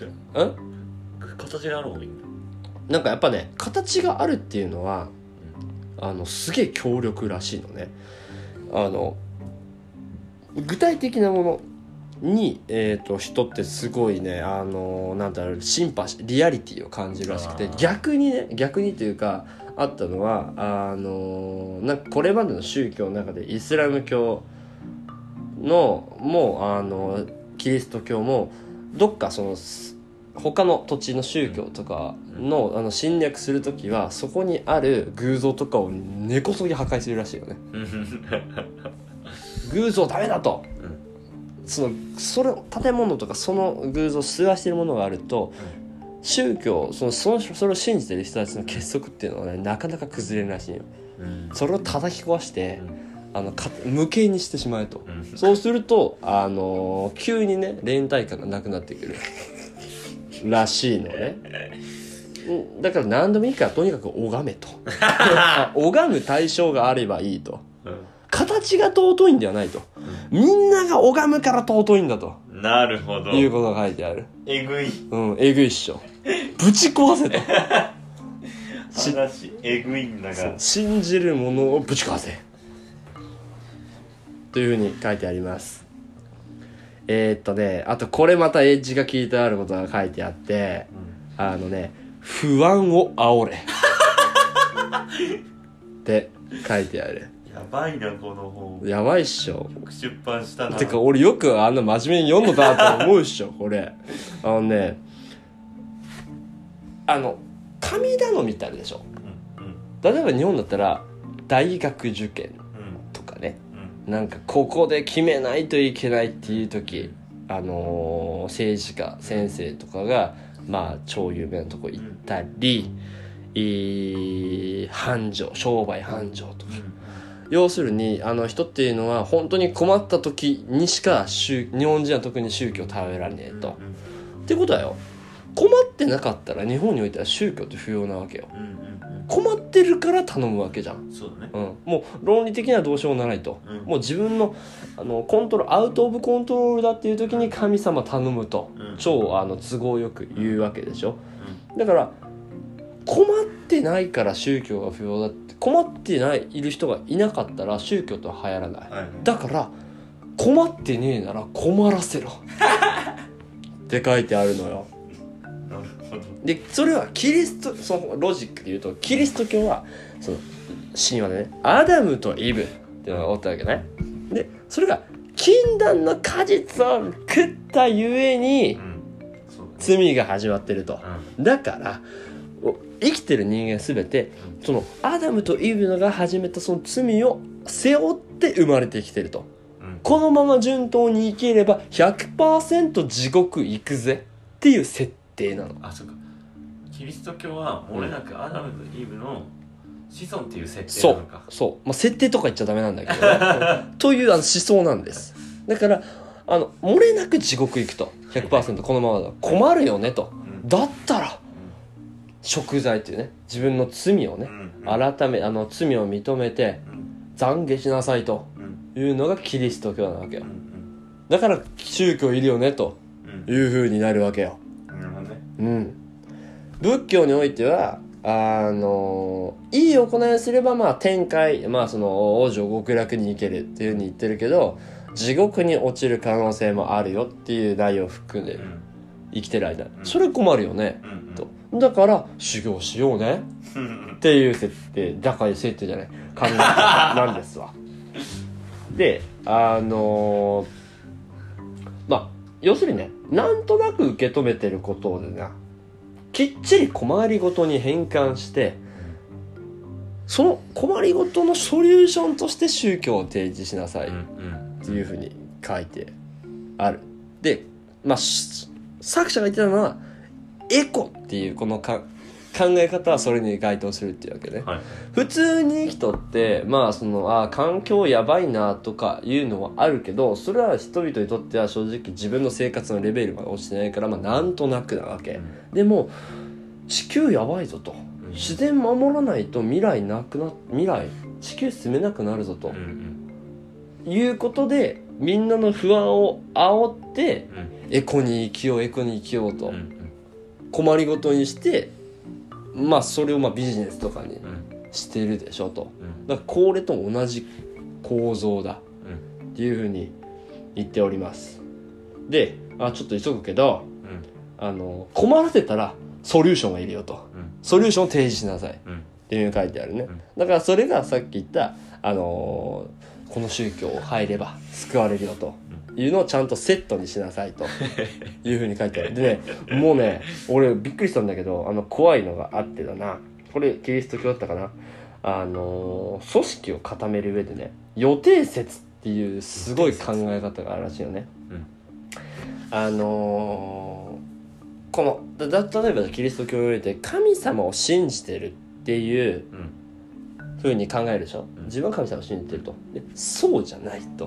形があるものいいんだ。 なんかやっぱね形があるっていうのはすげえ強力らしいのね。具体的なものに、人ってすごいねなんだろうシンパシーリアリティを感じるらしくて、逆にというかあったのはなんかこれまでの宗教の中でイスラム教のもキリスト教もどっかその他の土地の宗教とかの侵略するときはそこにある偶像とかを根こそぎ破壊するらしいよね。偶像ダメだと、それ建物とかその偶像を崇拝しているものがあると、宗教それを信じてる人たちの結束っていうのはねなかなか崩れるらしいよ、それを叩き壊して、無形にしてしまえと、そうすると急にね連帯感がなくなってくるらしいのね。だから何でもいいからとにかく拝めと拝む対象があればいいと、形が尊いんではないと、みんなが拝むから尊いんだと、 なるほどいうことが書いてある。 えぐい、 えぐいっしょ。ぶち壊せと話えぐいんだが信じるものをぶち壊せというふうに書いてあります。あとこれまたエッジが効いてあることが書いてあって、不安を煽れって書いてある。 やばいなこの本。 やばいっしょ。 出版したな。 てか俺よくあんな真面目に読んだなと思うっしょこれ。神頼みってあるでしょ、例えば日本だったら大学受験とかね、なんかここで決めないといけないっていう時、政治家先生とかがまあ超有名なとこ行ったり、商売繁盛とか、要するに人っていうのは本当に困った時にしか日本人は特に宗教を頼られねえと、ってことだよ。困ってなかったら日本においては宗教って不要なわけよ、困ってるから頼むわけじゃん。 そうだね、 もう論理的にはどうしようもないと、もう自分のコントロールアウトオブコントロールだっていう時に神様頼むと、超都合よく言うわけでしょ、だから困ってないから宗教が不要だって、困っている人がいなかったら宗教とは流行らない、だから困ってねえなら困らせろって書いてあるのよ。 なるほど。 でそれはそのロジックで言うとキリスト教はその神話でねアダムとイブっていうのがおったわけね。でそれが禁断の果実を食ったゆえに、罪が始まってると、だから生きてる人間すべてそのアダムとイブが始めたその罪を背負って生まれてきてると、このまま順当に生きれば 100% 地獄行くぜっていう設定なの。 あ、そうか。キリスト教は漏れなくアダムとイブの子孫っていう設定なのか。そう、 設定とか言っちゃダメなんだけどという思想なんです。だから漏れなく地獄行くと 100% このままだ困るよねと、だったら贖罪っていうね、自分の罪をね、改め罪を認めて懺悔しなさいというのがキリスト教なわけよ。だから宗教いるよねという風になるわけよ。仏教においてはいい行いをすれば天界、その往生極楽に行けるっていう風に言ってるけど、地獄に落ちる可能性もあるよっていう内容を含んでる、生きてる間、それ困るよね、と。だから修行しようねっていう設定、だから設定じゃない考えなんですわ。で要するにね、なんとなく受け止めてることでな、きっちり困りごとに変換して、その困りごとのソリューションとして宗教を提示しなさいっていうふうに書いてある。で、作者が言ってたのはエコっていうこの考え方はそれに該当するっていうわけね、 はい、 普通に人ってまあその環境やばいなとかいうのはあるけど、それは人々にとっては正直自分の生活のレベルが落ちてないから、まあなんとなくなわけ、でも地球やばいぞと、自然守らないと未来地球住めなくなるぞと、いうことでみんなの不安を煽って、エコに生きようと、困りごとにしてまあそれをまあビジネスとかにしてるでしょと、だからこれと同じ構造だっていうふうに言っております。でちょっと急ぐけど、困らせたらソリューションがいるよと、ソリューションを提示しなさいっていうふうに書いてあるね、だからそれがさっき言ったこの宗教入れば救われるよというのをちゃんとセットにしなさいというふうに書いてある。でね、もうね俺びっくりしたんだけど、怖いのがあってだな、これキリスト教だったかな、組織を固める上でね、予定説っていうすごい考え方があるらしいよね、この例えばキリスト教において神様を信じてるっていう風に考えるでしょ、自分は神様を信じてると。でそうじゃないと、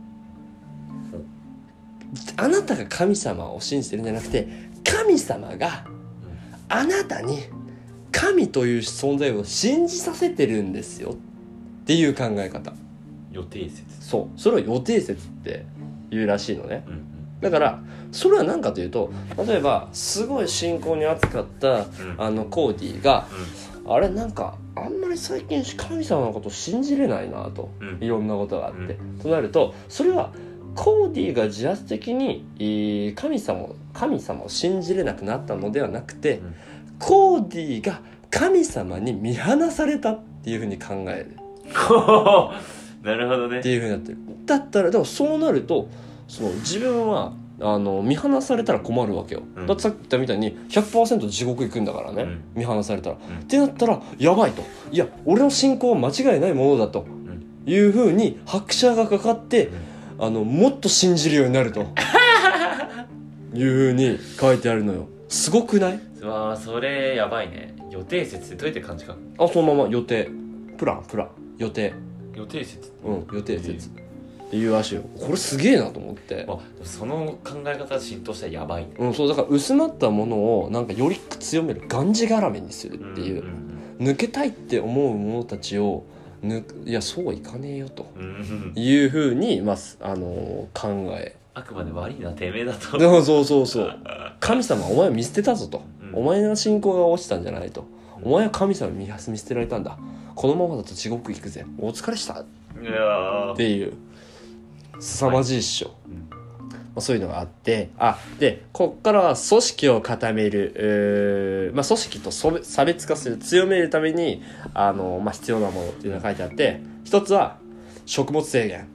あなたが神様を信じてるんじゃなくて、神様があなたに神という存在を信じさせてるんですよっていう考え方。 予定説。 そう、それを予定説って言うらしいのね、だからそれは何かというと、例えばすごい信仰に熱かった、コーディが、あれなんかあんまり最近神様のことを信じれないなと、いろんなことがあって、となるとそれはコーディが自発的に神様を信じれなくなったのではなくて、コーディが神様に見放されたっていうふうに考えるなるほどねっていうふうになってる。だったらでもそうなると自分は見放されたら困るわけよ、だってさっき言ったみたいに 100% 地獄行くんだからね、見放されたら、ってなったらやばいと、いや俺の信仰は間違いないものだというふうに拍車がかかって、もっと信じるようになるというふうに書いてあるのよ。すごくない？ わあ、それやばいね。予定説ってどうやって漢字書く？ そのまま予定プラン予定説、 予定説っていうらしいよ。これすげえなと思って、 その考え方浸透したらやばいね。 そうだから薄まったものをなんかより強める、がんじがらめにするっていう、抜けたいって思う者たちをいやそうはいかねえよというふうに、考え、 あくまで悪いなてめえだとそう神様お前を見捨てたぞと、お前の信仰が落ちたんじゃないと、お前は神様に見捨てられたんだ、このままだと地獄行くぜ、お疲れしたっていう凄まじいっしょ、そういうのがあって、でこっからは組織を固める、組織と差別化する、強めるために必要なものっていうのが書いてあって、一つは食物制限。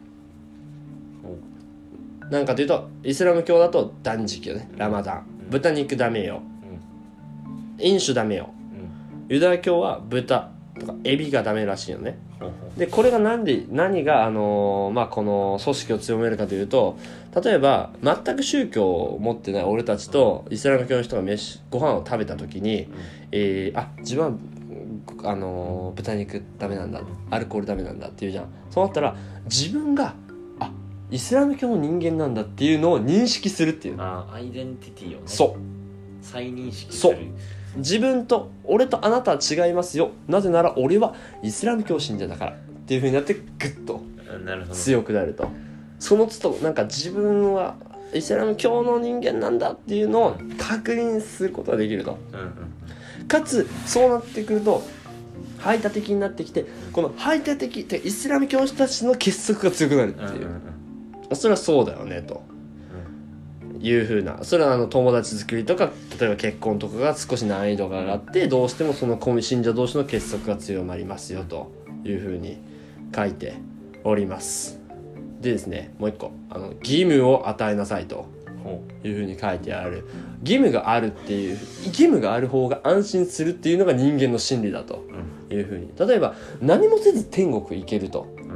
なんかというとイスラム教だと断食よね、ラマダン、豚肉ダメよ、飲酒ダメよ、ユダヤ教は豚とかエビがダメらしいよね。でこれが何がこの組織を強めるかというと、例えば全く宗教を持ってない俺たちとイスラム教の人がご飯を食べた時に、自分は豚肉ダメなんだ、アルコールダメなんだっていうじゃん。そうなったら自分がイスラム教の人間なんだっていうのを認識するっていう、 アイデンティティをね、 そう再認識する。 自分と俺とあなたは違いますよ、なぜなら俺はイスラム教信者だからっていう風になってグッと強くなると、その都度なんか自分はイスラム教の人間なんだっていうのを確認することができると、かつそうなってくると排他的になってきて、この排他的ってイスラム教の人たちの結束が強くなるっていう、それはそうだよねという風な、それは友達作りとか例えば結婚とかが少し難易度が上がって、どうしてもその信者同士の結束が強まりますよという風に書いております。でですね、もう一個義務を与えなさいという風に書いてある。義務がある方が安心するっていうのが人間の心理だという風に、例えば何もせず天国行けると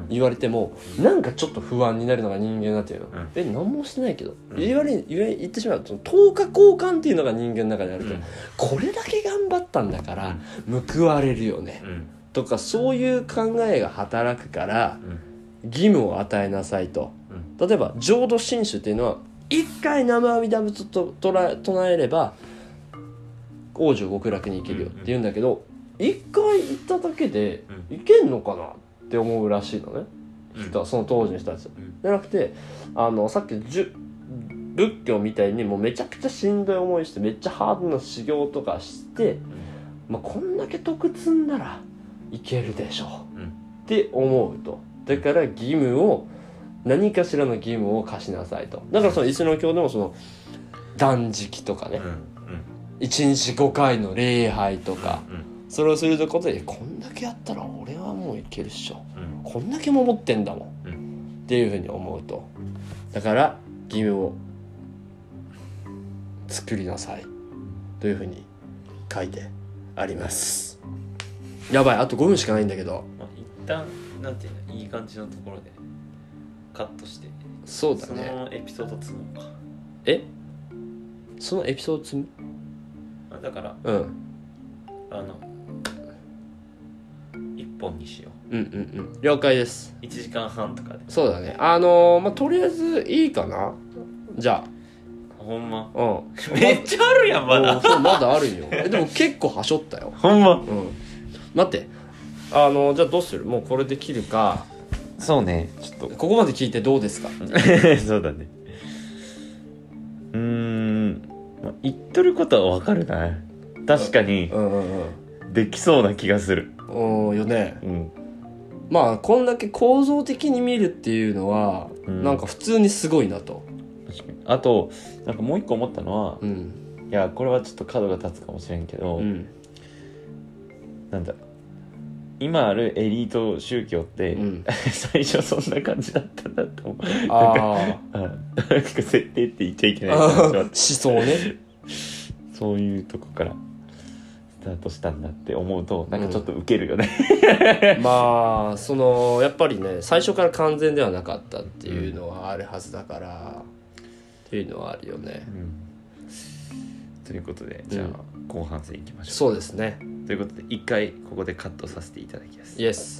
言われても、なんかちょっと不安になるのが人間だっていうの、何もしてないけど、言ってしまうと10日交換っていうのが人間の中であると、これだけ頑張ったんだから報われるよね、とかそういう考えが働くから、義務を与えなさいと。例えば浄土真宗っていうのは一回南無阿弥陀仏と唱えれば往生極楽に行けるよって言うんだけど、一回行っただけで行けんのかなって思うらしいのね、その当時の人たちじゃなくて、さっき仏教みたいにもうめちゃくちゃしんどい思いしてめっちゃハードな修行とかして、こんだけ得積んだらいけるでしょって思うと。だから義務を何かしらの義務を課しなさいと。だからそのイスラム教でもその断食とかね、1日5回の礼拝とか、それをすることでこんだけやったら俺はもういけるっしょ、こんだけ守ってんだもん、っていうふうに思うと。だから義務を作りなさいというふうに書いてあります。やばい、あと5分しかないんだけど、 一旦なんていうの、いい感じのところでカットして、 そうだね、 そのエピソード積もうか。 そのエピソード積む？ だから1本にしよう。了解です。 1時間半とかで。 そうだね。とりあえずいいかな、じゃあ。 ほんま。めっちゃあるやん、まだ。 そう、まだあるよ。でも結構はしょったよ。 ほんま。 待って、じゃあどうする？もうこれで切るか。 そうね、ちょっとここまで聞いてどうですか？ そうだね。言っとることは分かるな。確かにできそうな気がする。 よね。こんだけ構造的に見るっていうのは、なんか普通にすごいなと。 確かに。あとなんかもう一個思ったのは、いやこれはちょっと角が立つかもしれんけど、なんだ、今あるエリート宗教って、最初そんな感じだったんだと思う。なんか設定って言っちゃいけない思想ね。 そういうとこからスタートしたんだって思うと、なんかちょっとウケるよね。 やっぱりね、最初から完全ではなかったっていうのはあるはずだから、っていうのはあるよね。 ということで、じゃあ後半戦いきましょう。 そうですね。 ということで一回ここでカットさせていただきます。 イエス。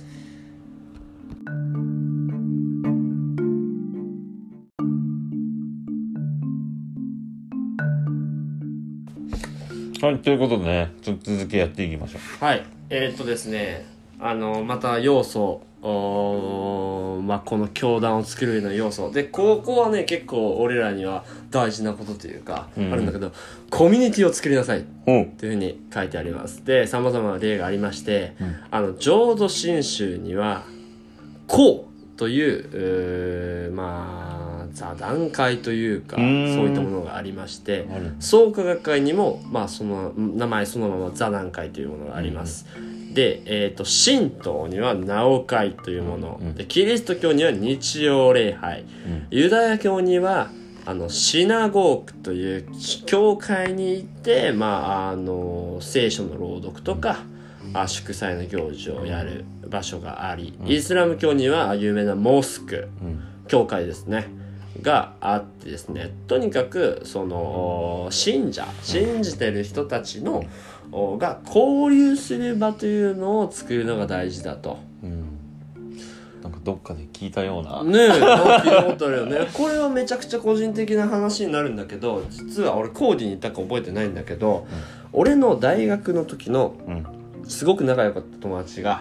はい、ということでね、ちょっと続きやっていきましょう。はい、ですね、また要素、この教団を作る上の要素で、ここはね結構俺らには大事なことというか、あるんだけど、コミュニティを作りなさいというふうに書いてあります。で、様々な例がありまして、浄土真宗にはこうという座談会というか、そういったものがありまして、創価学会にもその名前そのまま座談会というものがあります。で、神道には直会というもの、でキリスト教には日曜礼拝、ユダヤ教にはシナゴークという教会に行って、聖書の朗読とか、祝祭の行事をやる場所があり、イスラム教には有名なモスク、教会ですねがあってですね、とにかくその信じてる人たちのが交流する場というのを作るのが大事だと。 なんかどっかで聞いたようなねえ、聞いたことあるよね。これはめちゃくちゃ個人的な話になるんだけど、実は俺コーディに行ったか覚えてないんだけど、俺の大学の時のすごく仲良かった友達が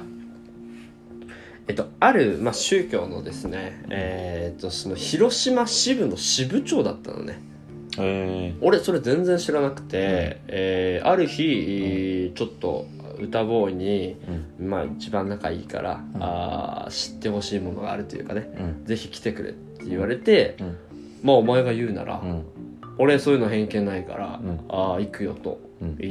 ある、宗教のですね、その広島支部の支部長だったのね。俺それ全然知らなくて、ある日、ちょっと歌ボーイに、一番仲いいから、知ってほしいものがあるというかね、ぜひ来てくれって言われて、お前が言うなら、俺そういうの偏見ないから、行くよと言って、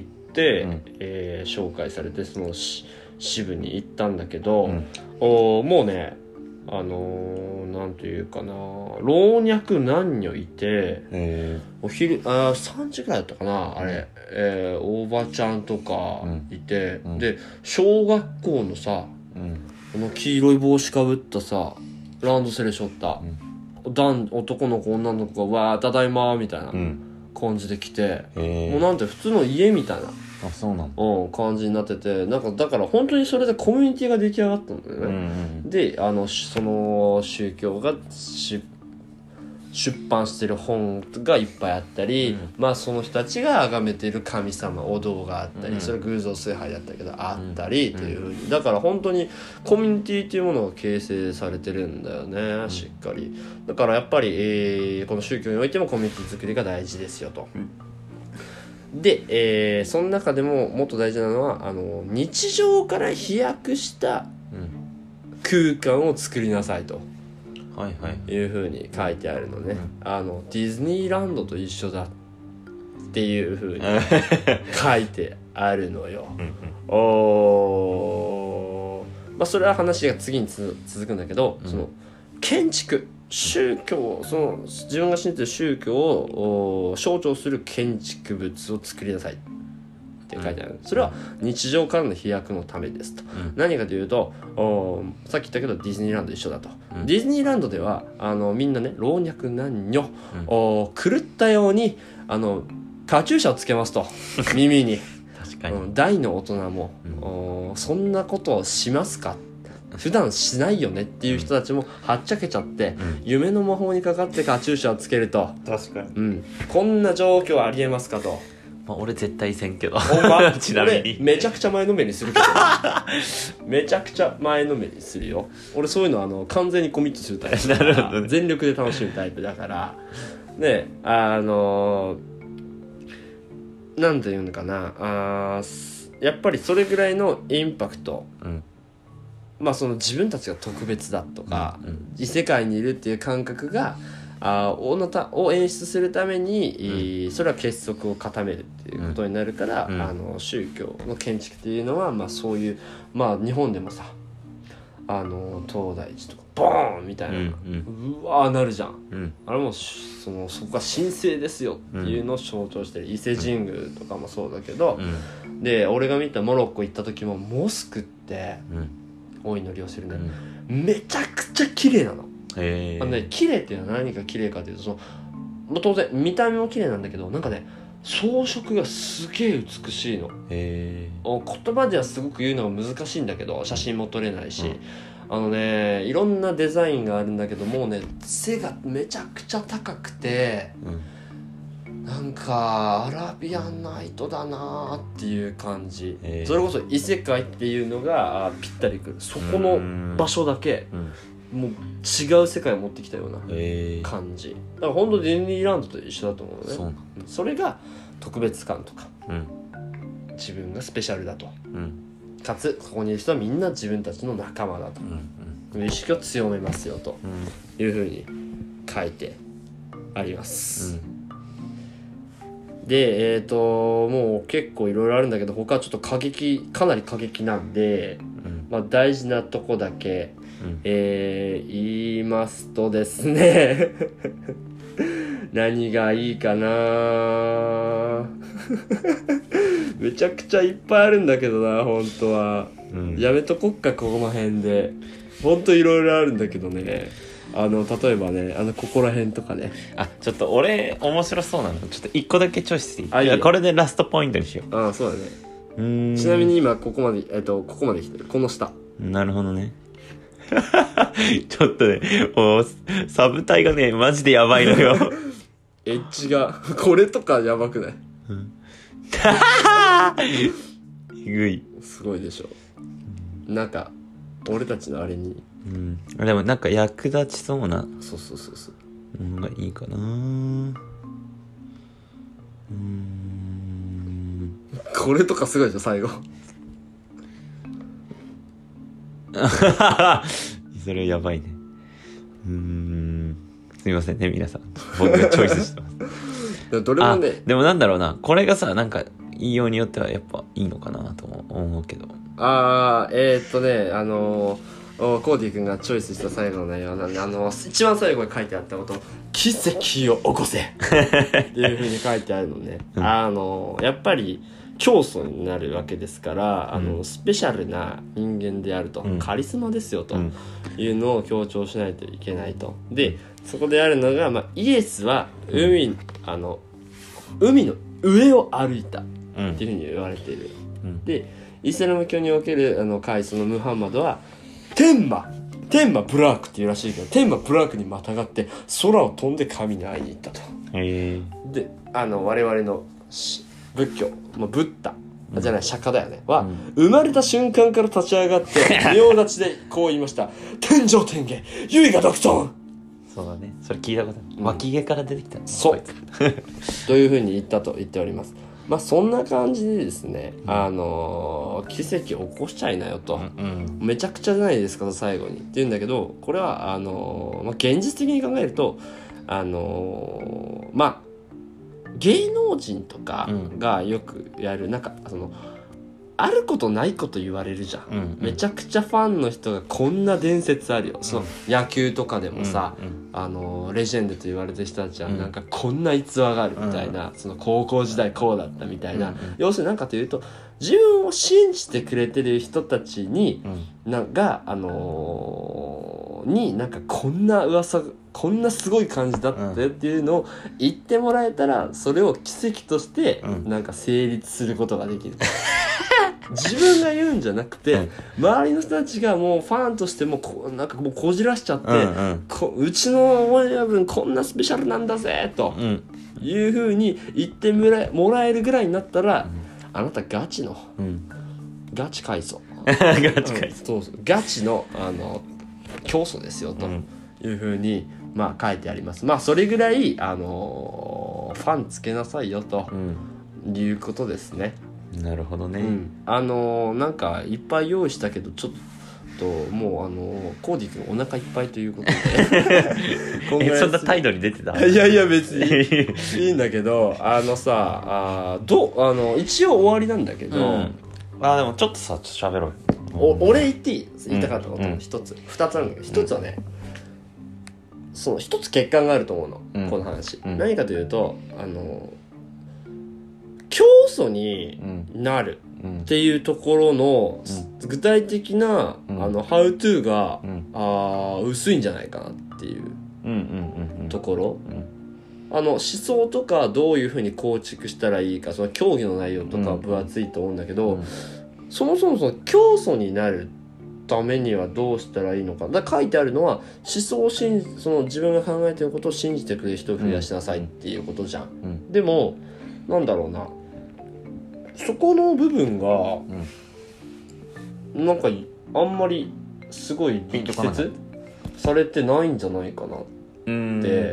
紹介されてその支部に行ったんだけど、もうね、なんていうかな、老若男女いて、お昼3時ぐらいだったかな、あれ、おばちゃんとかいて、で小学校のさ、 この黄色い帽子かぶったさランドセルしょった、男の子女の子がわーただいまみたいな感じで来て、もうなんて普通の家みたいなそうなの、 感じになってて、なんかだから本当にそれでコミュニティが出来上がったんだよね、でその宗教が出版してる本がいっぱいあったり、まあその人たちが崇めている神様お堂があったり、それは偶像崇拝だったけどあったりっていう風に、だから本当にコミュニティっていうものが形成されてるんだよね、しっかり。だからやっぱり、この宗教においてもコミュニティ作りが大事ですよと。で、その中でももっと大事なのは日常から飛躍した空間を作りなさいと。いう風に書いてあるのね、ディズニーランドと一緒だっていう風に書いてあるのよ。まあそれは話が次に続くんだけど、その建築宗教、その自分が信じてる宗教を象徴する建築物を作りなさいって書いてある。それは日常からの飛躍のためですと、何かというとさっき言ったけどディズニーランド一緒だと、ディズニーランドではみんなね老若男女狂ったようにカチューシャをつけますと耳に確かに、大の大人も、そんなことをしますか、普段しないよねっていう人たちもはっちゃけちゃって、夢の魔法にかかってカチューシャをつけると、 確かに、 こんな状況ありえますかと。 俺絶対せんけどちなみにめちゃくちゃ前のめりするけどめちゃくちゃ前のめりするよ。俺そういうの完全にコミットするタイプだから全力で楽しむタイプだからね。なんていうのかな、やっぱりそれぐらいのインパクト、まあその自分たちが特別だとか、異世界にいるっていう感覚がを演出するために、それは結束を固めるっていうことになるから、宗教の建築っていうのは、まあそういう、まあ日本でもさ東大寺とかボーンみたいな、うわーなるじゃん、あれもそこが神聖ですよっていうのを象徴してる、伊勢神宮とかもそうだけど、で俺が見たモロッコ行った時もモスクって、お祈りをするね、めちゃくちゃ綺麗なの。綺麗っていうのは何が綺麗かというと、当然見た目も綺麗なんだけど、なんかね装飾がすげえ美しいの。言葉ではすごく言うのが難しいんだけど、写真も撮れないし、いろんなデザインがあるんだけど、もうね背がめちゃくちゃ高くて、なんかアラビアンナイトだなっていう感じ、それこそ異世界っていうのがぴったりくる。そこの場所だけ、もう違う世界を持ってきたような感じ、だから本当ディズニーランドと一緒だと思うのね。それが特別感とか、自分がスペシャルだと、かつここにいる人はみんな自分たちの仲間だと、意識を強めますよというふうに書いてあります、でもう結構いろいろあるんだけど、他はちょっとかなり過激なんで、まあ、大事なとこだけ言いますとですね何がいいかなめちゃくちゃいっぱいあるんだけどな本当は、やめとこっかここの辺で。本当いろいろあるんだけどね、例えばねここら辺とかね。 ちょっと俺面白そうなのちょっと一個だけチョイスしていい？これでラストポイントにしよう。 そうだね。ちなみに今ここまで来てる、この下。 なるほどねちょっとねサブタイがねマジでやばいのよエッジがこれとかやばくない？ えぐい。 すごいでしょ。なんか俺たちのあれに、 でもなんか役立ちそうなそうものがいいかな。 これとかすごいでしょ最後それやばいね。すみませんね皆さん、僕がチョイスしてますどれもね。 でもなんだろうな、これがさなんか言いようによってはやっぱいいのかなと思うけど。 コーディ君がチョイスした最後の内容なんで、一番最後に書いてあったこと、奇跡を起こせっていう風に書いてあるのね。やっぱり教祖になるわけですから、スペシャルな人間であると、カリスマですよというのを強調しないといけないと。でそこであるのが、イエスは海の上を歩いたっていうふうに言われている、でイスラム教における開祖のムハンマドは天馬ブラークっていうらしいけど、天馬ブラークにまたがって空を飛んで神に会いに行ったと。で我々の仏教、ブッダじゃない釈迦だよねは、生まれた瞬間から立ち上がって仁王立ちでこう言いました。天上天下唯我独尊。 そうだね、それ聞いたことある、脇毛から出てきた、 そうというふうに言ったと言っております。そんな感じでですね、奇跡を起こしちゃいなよと、めちゃくちゃじゃないですか最後にって言うんだけど、これは現実的に考えると芸能人とかがよくやる、あることないこと言われるじゃん、めちゃくちゃファンの人がこんな伝説あるよ、その野球とかでもさ、レジェンドと言われてる人たちはこんな逸話があるみたいな、その高校時代こうだったみたいな、要するに何かというと自分を信じてくれてる人たちに、こんな噂こんなすごい感じだったよっていうのを言ってもらえたら、それを奇跡として成立することができる。自分が言うんじゃなくて、周りの人たちがもうファンとしてももうこじらしちゃって、うちの親分こんなスペシャルなんだぜというふうに言ってもらえるぐらいになったら、あなたガチの、ガチ開祖ガチの教祖ですよというふうに書いてあります。それぐらいファンつけなさいよということですね。 なるほどね、 いっぱい用意したけどちょっともうコーディ君お腹いっぱいということでそんな態度に出てた？ いや別にいいんだけど一応終わりなんだけど、 でもちょっとさ喋ろう。 俺言っていい？言いたかったこと一つ二つあるんだけど、一つはね、その一つ欠陥があると思うの、この話、何かというと教祖になるっていうところの具体的なハウトゥーが薄いんじゃないかなっていうところ、思想とかどういうふうに構築したらいいか、その教義の内容とか分厚いと思うんだけど、そもそもその教祖になるためにはどうしたらいいのか。書いてあるのは思想をその自分が考えていることを信じてくれる人を増やしなさいっていうことじゃん、でもそこの部分があんまりすごい力説されてないんじゃないかなって。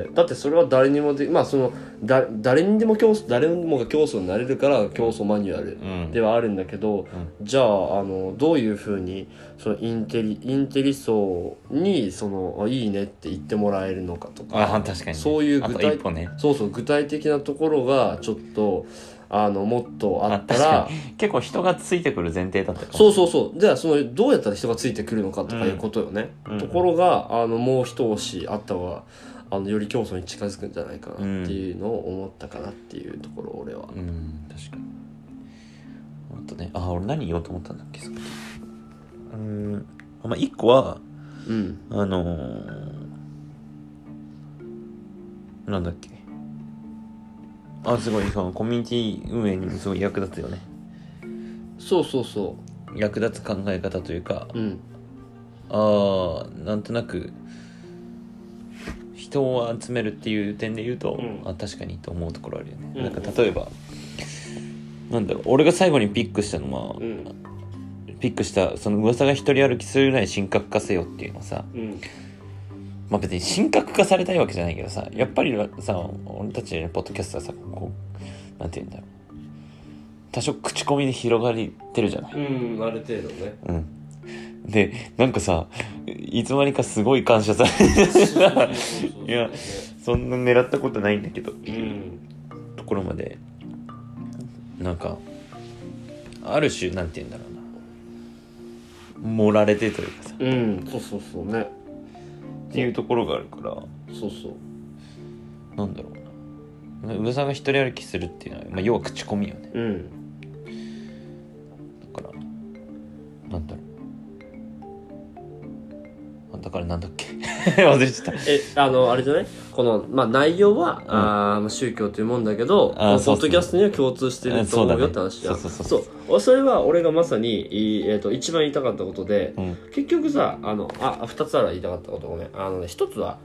だってそれは誰にも誰にでも誰もが教祖になれるから教祖マニュアルではあるんだけど、じゃあどういうふうにそのインテリ層にいいねって言ってもらえるのかとか、 確かに、 そういう具体的なところがちょっともっとあったら結構人がついてくる前提だったかも。 そうじゃあどうやったら人がついてくるのかとかいうことよね、ところがもう一押しあった方がより競争に近づくんじゃないかなっていうのを思ったかなっていうところ、俺は。確かに。 あとね、俺何言おうと思ったんだっけ、一個は、なんだっけ、すごいコミュニティ運営にすごい役立つよね。 そう役立つ考え方というか、なんとなく人を集めるっていう点で言うと、確かにと思うところあるよね。例えば俺が最後にピックしたのは、ピックしたその噂が一人歩きするぐらい神格化せよっていうのさ、別に神格化されたいわけじゃないけどさ、やっぱりさ、俺たちのポッドキャストはさ、なんて言うんだろう、多少口コミで広がってるじゃない。 ある程度ね。 でさ、いつまにかすごい感謝されてさ、いやそんな狙ったことないんだけどっていうところまである種なんて言うんだろうな、盛られてというかさ、 そうねっていうところがあるから、なんだろうな、噂が一人歩きするっていうのは、要は口コミよね。 から、なんだっけ忘れちゃったあれじゃないこの、まあ、内容は、宗教というもんだけど、ポッドキャストには共通してると思うよって話じゃん。それは俺がまさに、一番言いたかったことで、結局さ、二つある言いたかったことごめん。一つは、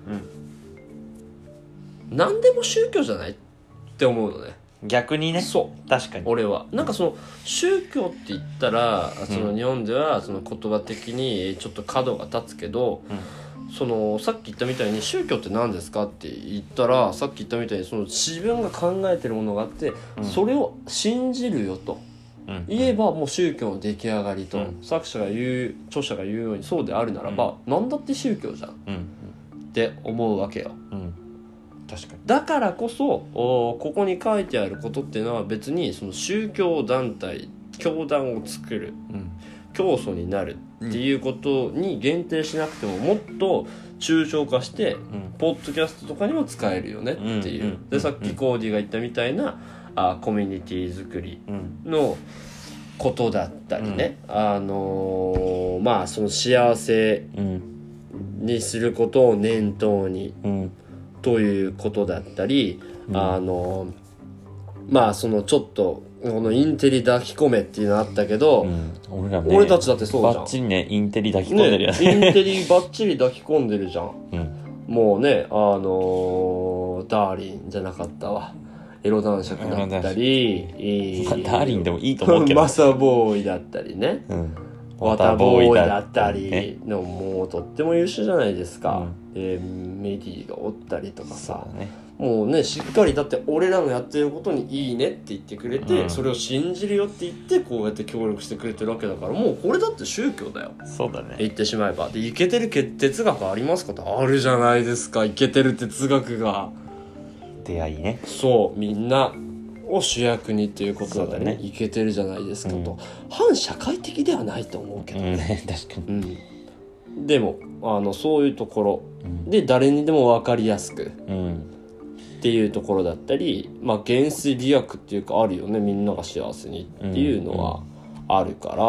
何でも宗教じゃないって思うのね。 逆にね。 そう確かに俺はなんかその宗教って言ったらその日本ではその言葉的にちょっと角が立つけど、そのさっき言ったみたいに宗教って何ですかって言ったらさっき言ったみたいにその自分が考えてるものがあって、それを信じるよと、言えばもう宗教の出来上がりと、作者が言う著者が言うようにそうであるならば、何だって宗教じゃん、って思うわけよ。 確かに。 だからこそここに書いてあることっていうのは別にその宗教団体教団を作る、教祖になるっていうことに限定しなくてももっと抽象化して、ポッドキャストとかにも使えるよねっていう、でさっきコーディが言ったみたいなコミュニティ作りのことだったりね、まあその幸せにすることを念頭に、ということだったり、まあそのちょっとこのインテリ抱き込めっていうのあったけど、俺たちだってそうじゃん。 バッチリねインテリ抱き込んでるよね。 インテリバッチリ抱き込んでるじゃん。もうねダーリンじゃなかったわ。エロ男爵だったり、 ダーリンでもいいと思うけど。 マサボーイだったりね。ワタボーイだったりのもうとっても優秀じゃないですか、メディがおったりとかさ、もうねしっかりだって俺らのやってることにいいねって言ってくれて、それを信じるよって言ってこうやって協力してくれてるわけだから、もうこれだって宗教だよ。 そうだね。 言ってしまえばでイケてる哲学ありますかってあるじゃないですか。イケてる哲学が出会いね。 そうみんなを主役にっていうことだったりね、いけてるじゃないですかと、反社会的ではないと思うけどね、 確かに、 でもそういうところ、で誰にでも分かりやすく、っていうところだったり、まあ原水美学っていうかあるよね、みんなが幸せにっていうのはあるから、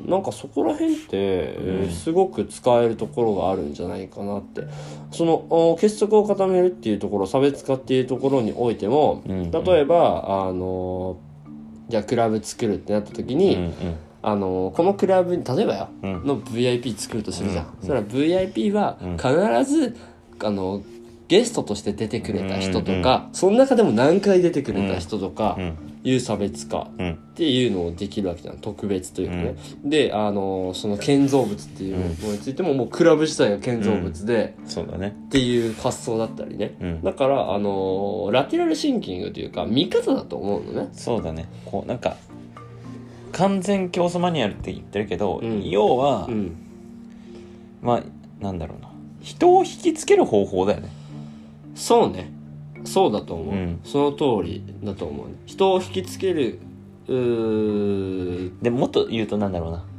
なんかそこら辺って、すごく使えるところがあるんじゃないかなって。その結束を固めるっていうところ、差別化っていうところにおいても、例えばじゃあクラブ作るってなった時に、このクラブに例えばよ、の VIP 作るとするじゃん、そしたら VIP は必ずゲストとして出てくれた人とか、その中でも何回出てくれた人とか、いう差別化っていうのをできるわけじゃん、特別というかね、でその建造物っていうのについてももうクラブ自体が建造物で、 そうだねっていう発想だったりね、だからラテラルシンキングというか見方だと思うのね。 そうだね。こうなんか完全競争マニュアルって言ってるけど、要は、まあなんだろうな、人を引きつける方法だよね。 そうね、そうだと思う、その通りだと思う、人を引きつけるでもっと言うとなんだろうな、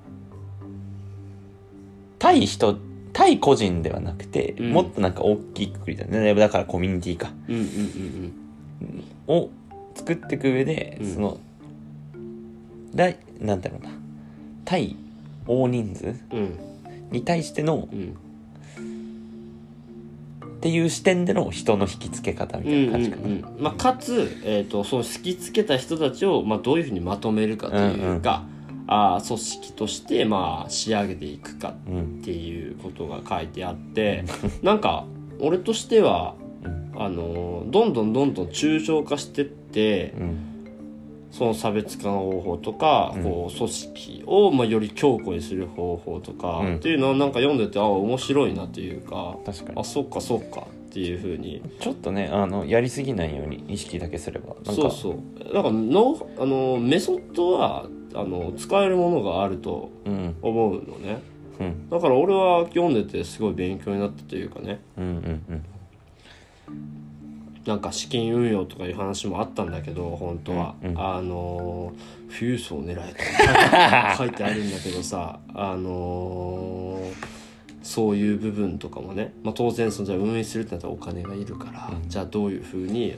対個人ではなくて、もっとなんか大きいくくりだね。だからコミュニティか、を作っていく上で、そのなんだろうな、対大人数に対しての、っていう視点での人の引きつけ方みたいな感じかな。 まあ、かつ、その引きつけた人たちを、まあ、どういうふうにまとめるかというか、組織として、まあ、仕上げていくかっていうことが書いてあって、なんか俺としては、どんどん抽象化してって、その差別化の方法とか、こう組織を、まあ、より強固にする方法とか、っていうのをなんか読んでて面白いなというか、 確かにそっかっていう風にちょっとねやりすぎないように意識だけすればなんかそうだからメソッドは使えるものがあると思うのね、だから俺は読んでてすごい勉強になったというかね、なんか資金運用とかいう話もあったんだけど本当は、富裕層を狙えと書いてあるんだけどさそういう部分とかもね、まあ、当然じゃ運営するってなったらお金がいるから、じゃあどういうふうに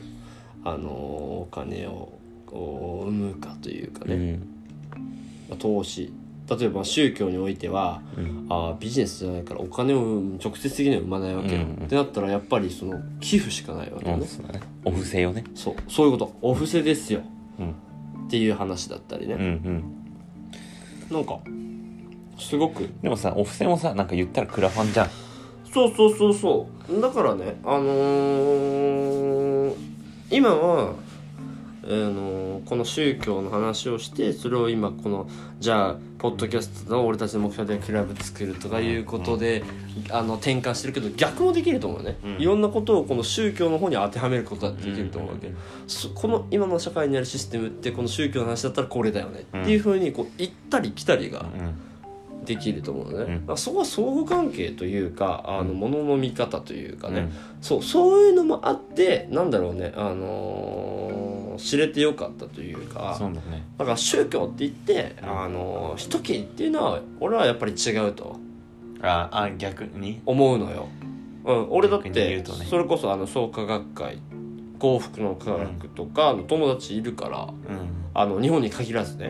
お金を生むかというかね、投資例えば宗教においては、ビジネスじゃないからお金を直接的には生まないわけよ、ってなったらやっぱりその寄付しかないわけよね、 そうだね、お布施よね、 そういうこと、お布施ですよ、っていう話だったりね、なんかすごくでもさ、お布施もさ、なんか言ったらクラファンじゃん。 そうだからね、今はこの宗教の話をして、それを今このじゃあポッドキャストの俺たちの目標でクラブ作るとかいうことで、転換してるけど、逆もできると思うね、いろんなことをこの宗教の方に当てはめることができると思うわけ、この今の社会にあるシステムってこの宗教の話だったらこれだよね、っていうふうにこう行ったり来たりができると思うのね、そこは相互関係というか物の見方というかね、そういうのもあって、なんだろうね、知れてよかったというか、 そうだね、 だから宗教って言って一切りっていうのは俺はやっぱり違うと逆に思うのよ、俺だっ逆に言てうとね、 それこそ創価学会幸福の科学とかの友達いるから、日本に限らずね、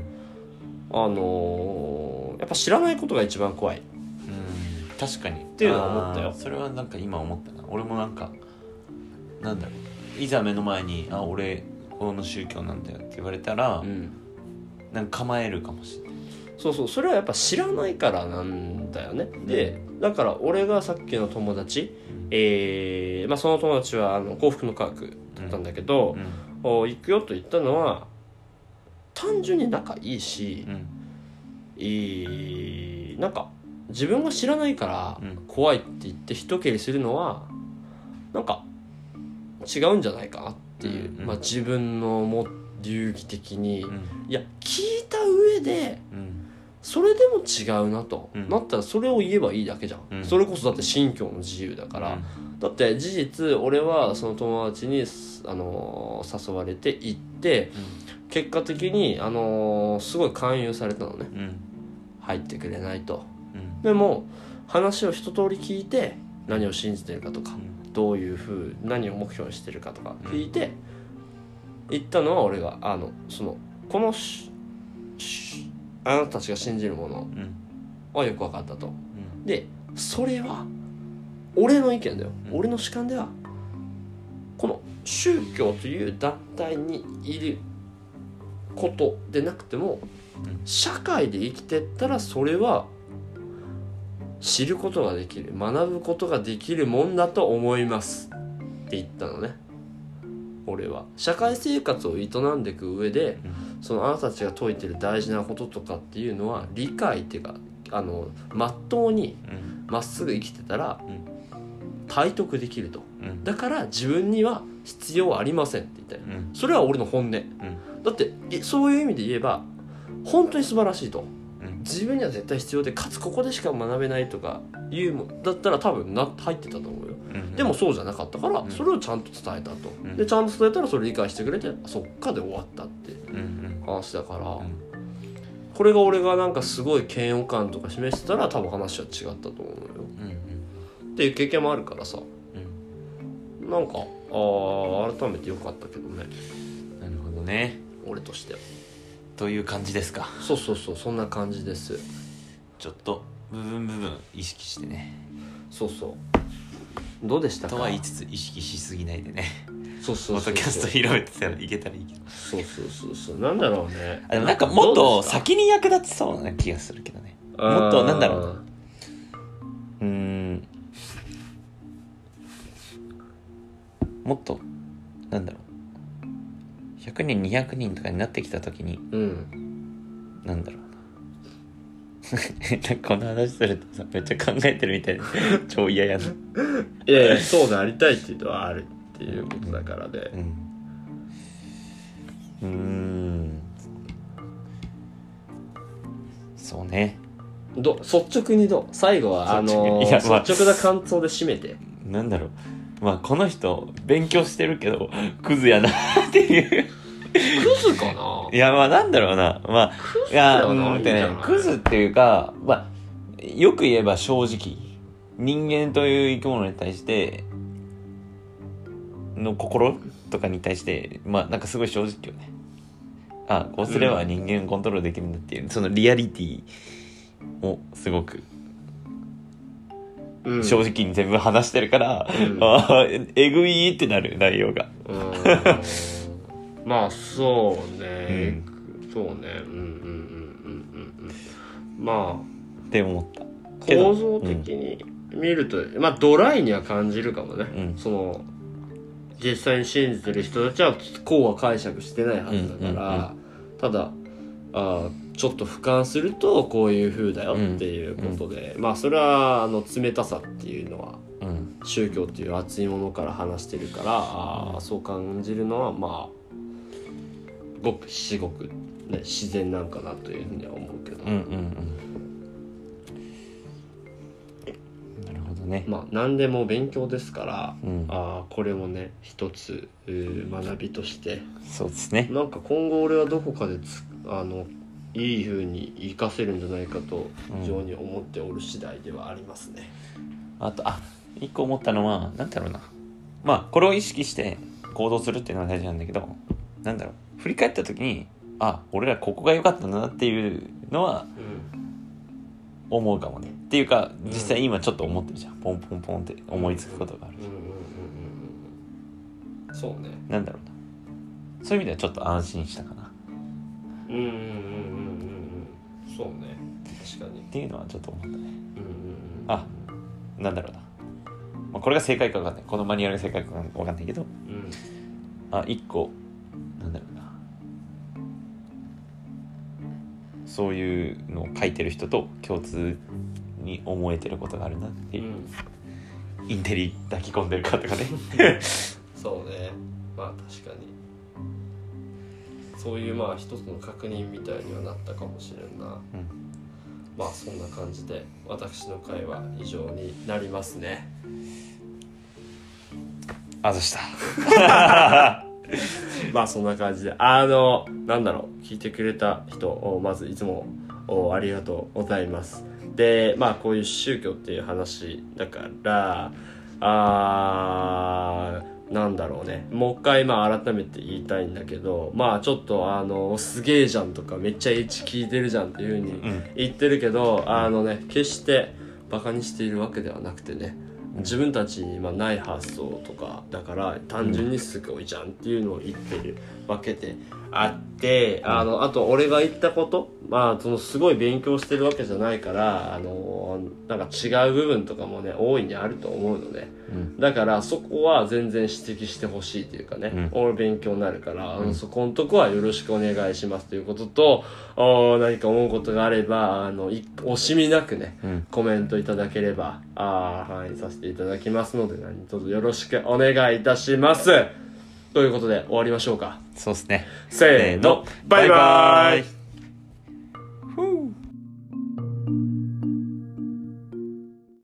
やっぱ知らないことが一番怖い、 確かにっていうのは思ったよ。 それはなんか今思ったな。俺もなんかなんだろう、いざ目の前に俺この宗教なんだよって言われたら、なんか構えるかもしれない。 それはやっぱ知らないからなんだよね、でだから俺がさっきの友達、その友達は幸福の科学だったんだけど、行くよと言ったのは単純に仲いいし、なんか自分が知らないから怖いって言って一蹴りするのはなんか違うんじゃないかなっていう、自分の流儀的に、いや聞いた上で、それでも違うなと、なったらそれを言えばいいだけじゃん、それこそだって信教の自由だから、だって事実俺はその友達に誘われて行って、結果的にすごい勧誘されたのね、入ってくれないと、でも話を一通り聞いて、何を信じてるかとか、どういう風何を目標にしてるかとか聞いて、言ったのは俺がこのあなたたちが信じるものはよく分かったと、でそれは俺の意見だよ、俺の主観ではこの宗教という団体にいることでなくても、社会で生きてったらそれは知ることができる、学ぶことができるもんだと思いますって言ったのね。俺は社会生活を営んでいく上で、そのあなたたちが説いてる大事なこととかっていうのは理解っていうかまっとうにまっすぐ生きてたら体得できると、だから自分には必要はありませんって言ったよ、それは俺の本音、だってそういう意味で言えば本当に素晴らしいと、自分には絶対必要で、かつここでしか学べないとかいうもだったら多分入ってたと思うよ、でもそうじゃなかったからそれをちゃんと伝えたと、でちゃんと伝えたらそれ理解してくれて、そっかで終わったって話だから、これが俺がなんかすごい嫌悪感とか示してたら多分話は違ったと思うよ、っていう経験もあるからさ、なんか改めてよかったけどね。 なるほどね、 俺としてはという感じですか。 そうそんな感じです。 ちょっと部分意識してね。 どうでしたかとは言いつつ意識しすぎないでね。 ポッドキャスト広めてたらいけたらいいけど。 そうなんだろうね。 でもなんかもっと先に役立ちそうな気がするけどね。もっとなんだろうな、もっとなんだろう、100人200人とかになってきた時に、なんだろうなこの話するとさ、めっちゃ考えてるみたいで超嫌やな。 いやそうでありたいっていうのはあるっていうことだからね。 そうね。 率直に最後は率直な感想で締めて。 なんだろう、この人勉強してるけどクズやなっていう。 クズかな。 いやなんだろうな、クズやな、クズっていうか、よく言えば正直、人間という生き物に対しての心とかに対してなんかすごい正直よね。 こうすれば人間コントロールできるんだっていう、そのリアリティをすごく正直に全部話してるから、えぐいってなる内容が。 まあそうね、そうね、まあって思った。 構造的に見ると、まあドライには感じるかもね、その実際に信じてる人たちはこうは解釈してないはずだから、ただちょっと俯瞰するとこういう風だよっていうことで、まあそれは冷たさっていうのは、宗教っていう熱いものから話してるから、そう感じるのはまあごく至極、ね、自然なんかなというふうには思うけど、 なるほどね。 まあ何でも勉強ですから、これもね一つ学びとして、 そうですね。 なんか今後俺はどこかでいい風に活かせるんじゃないかと非常に思っておる次第ではありますね。 あと一個思ったのはなんだろうな、まあこれを意識して行動するっていうのは大事なんだけど、なんだろう、振り返った時に俺らここが良かったんだなっていうのは思うかもね。っていうか実際今ちょっと思ってるじゃん、ポンポンポンって思いつくことがある。 そうね。 なんだろうな、そういう意味ではちょっと安心したかな。 そうね、確かにっていうのはちょっと思ったね。なんだろうな、まあ、これが正解か分かんない、このマニュアルが正解か分かんないけど、一個なんだろうな、そういうのを書いてる人と共通に思えてることがあるなっていう、インテリ抱き込んでるかとかねそうね、まあ確かにそういうまあ一つの確認みたいにはなったかもしれんな。まあそんな感じで私の会は以上になりますね。 あざしたまあそんな感じでなんだろう、聞いてくれた人をまずいつもありがとうございます。でまあこういう宗教っていう話だからなんだろうね、もう一回まあ改めて言いたいんだけど、まあちょっとすげえじゃんとかめっちゃエッチ聞いてるじゃんっていう風に言ってるけど、決してバカにしているわけではなくてね、自分たちにない発想とかだから単純にすごいじゃんっていうのを言ってるわけであって、あと俺が言ったこと、まあそのすごい勉強してるわけじゃないからなんか違う部分とかもね大いにあると思うので、だからそこは全然指摘してほしいというかね、俺勉強になるからそこのとこはよろしくお願いしますということと、何か思うことがあれば惜しみなくね、コメントいただければ反映させていただきますので、何卒よろしくお願いいたします。ということで終わりましょうか。 そうですね。 せーの、バイバーイ。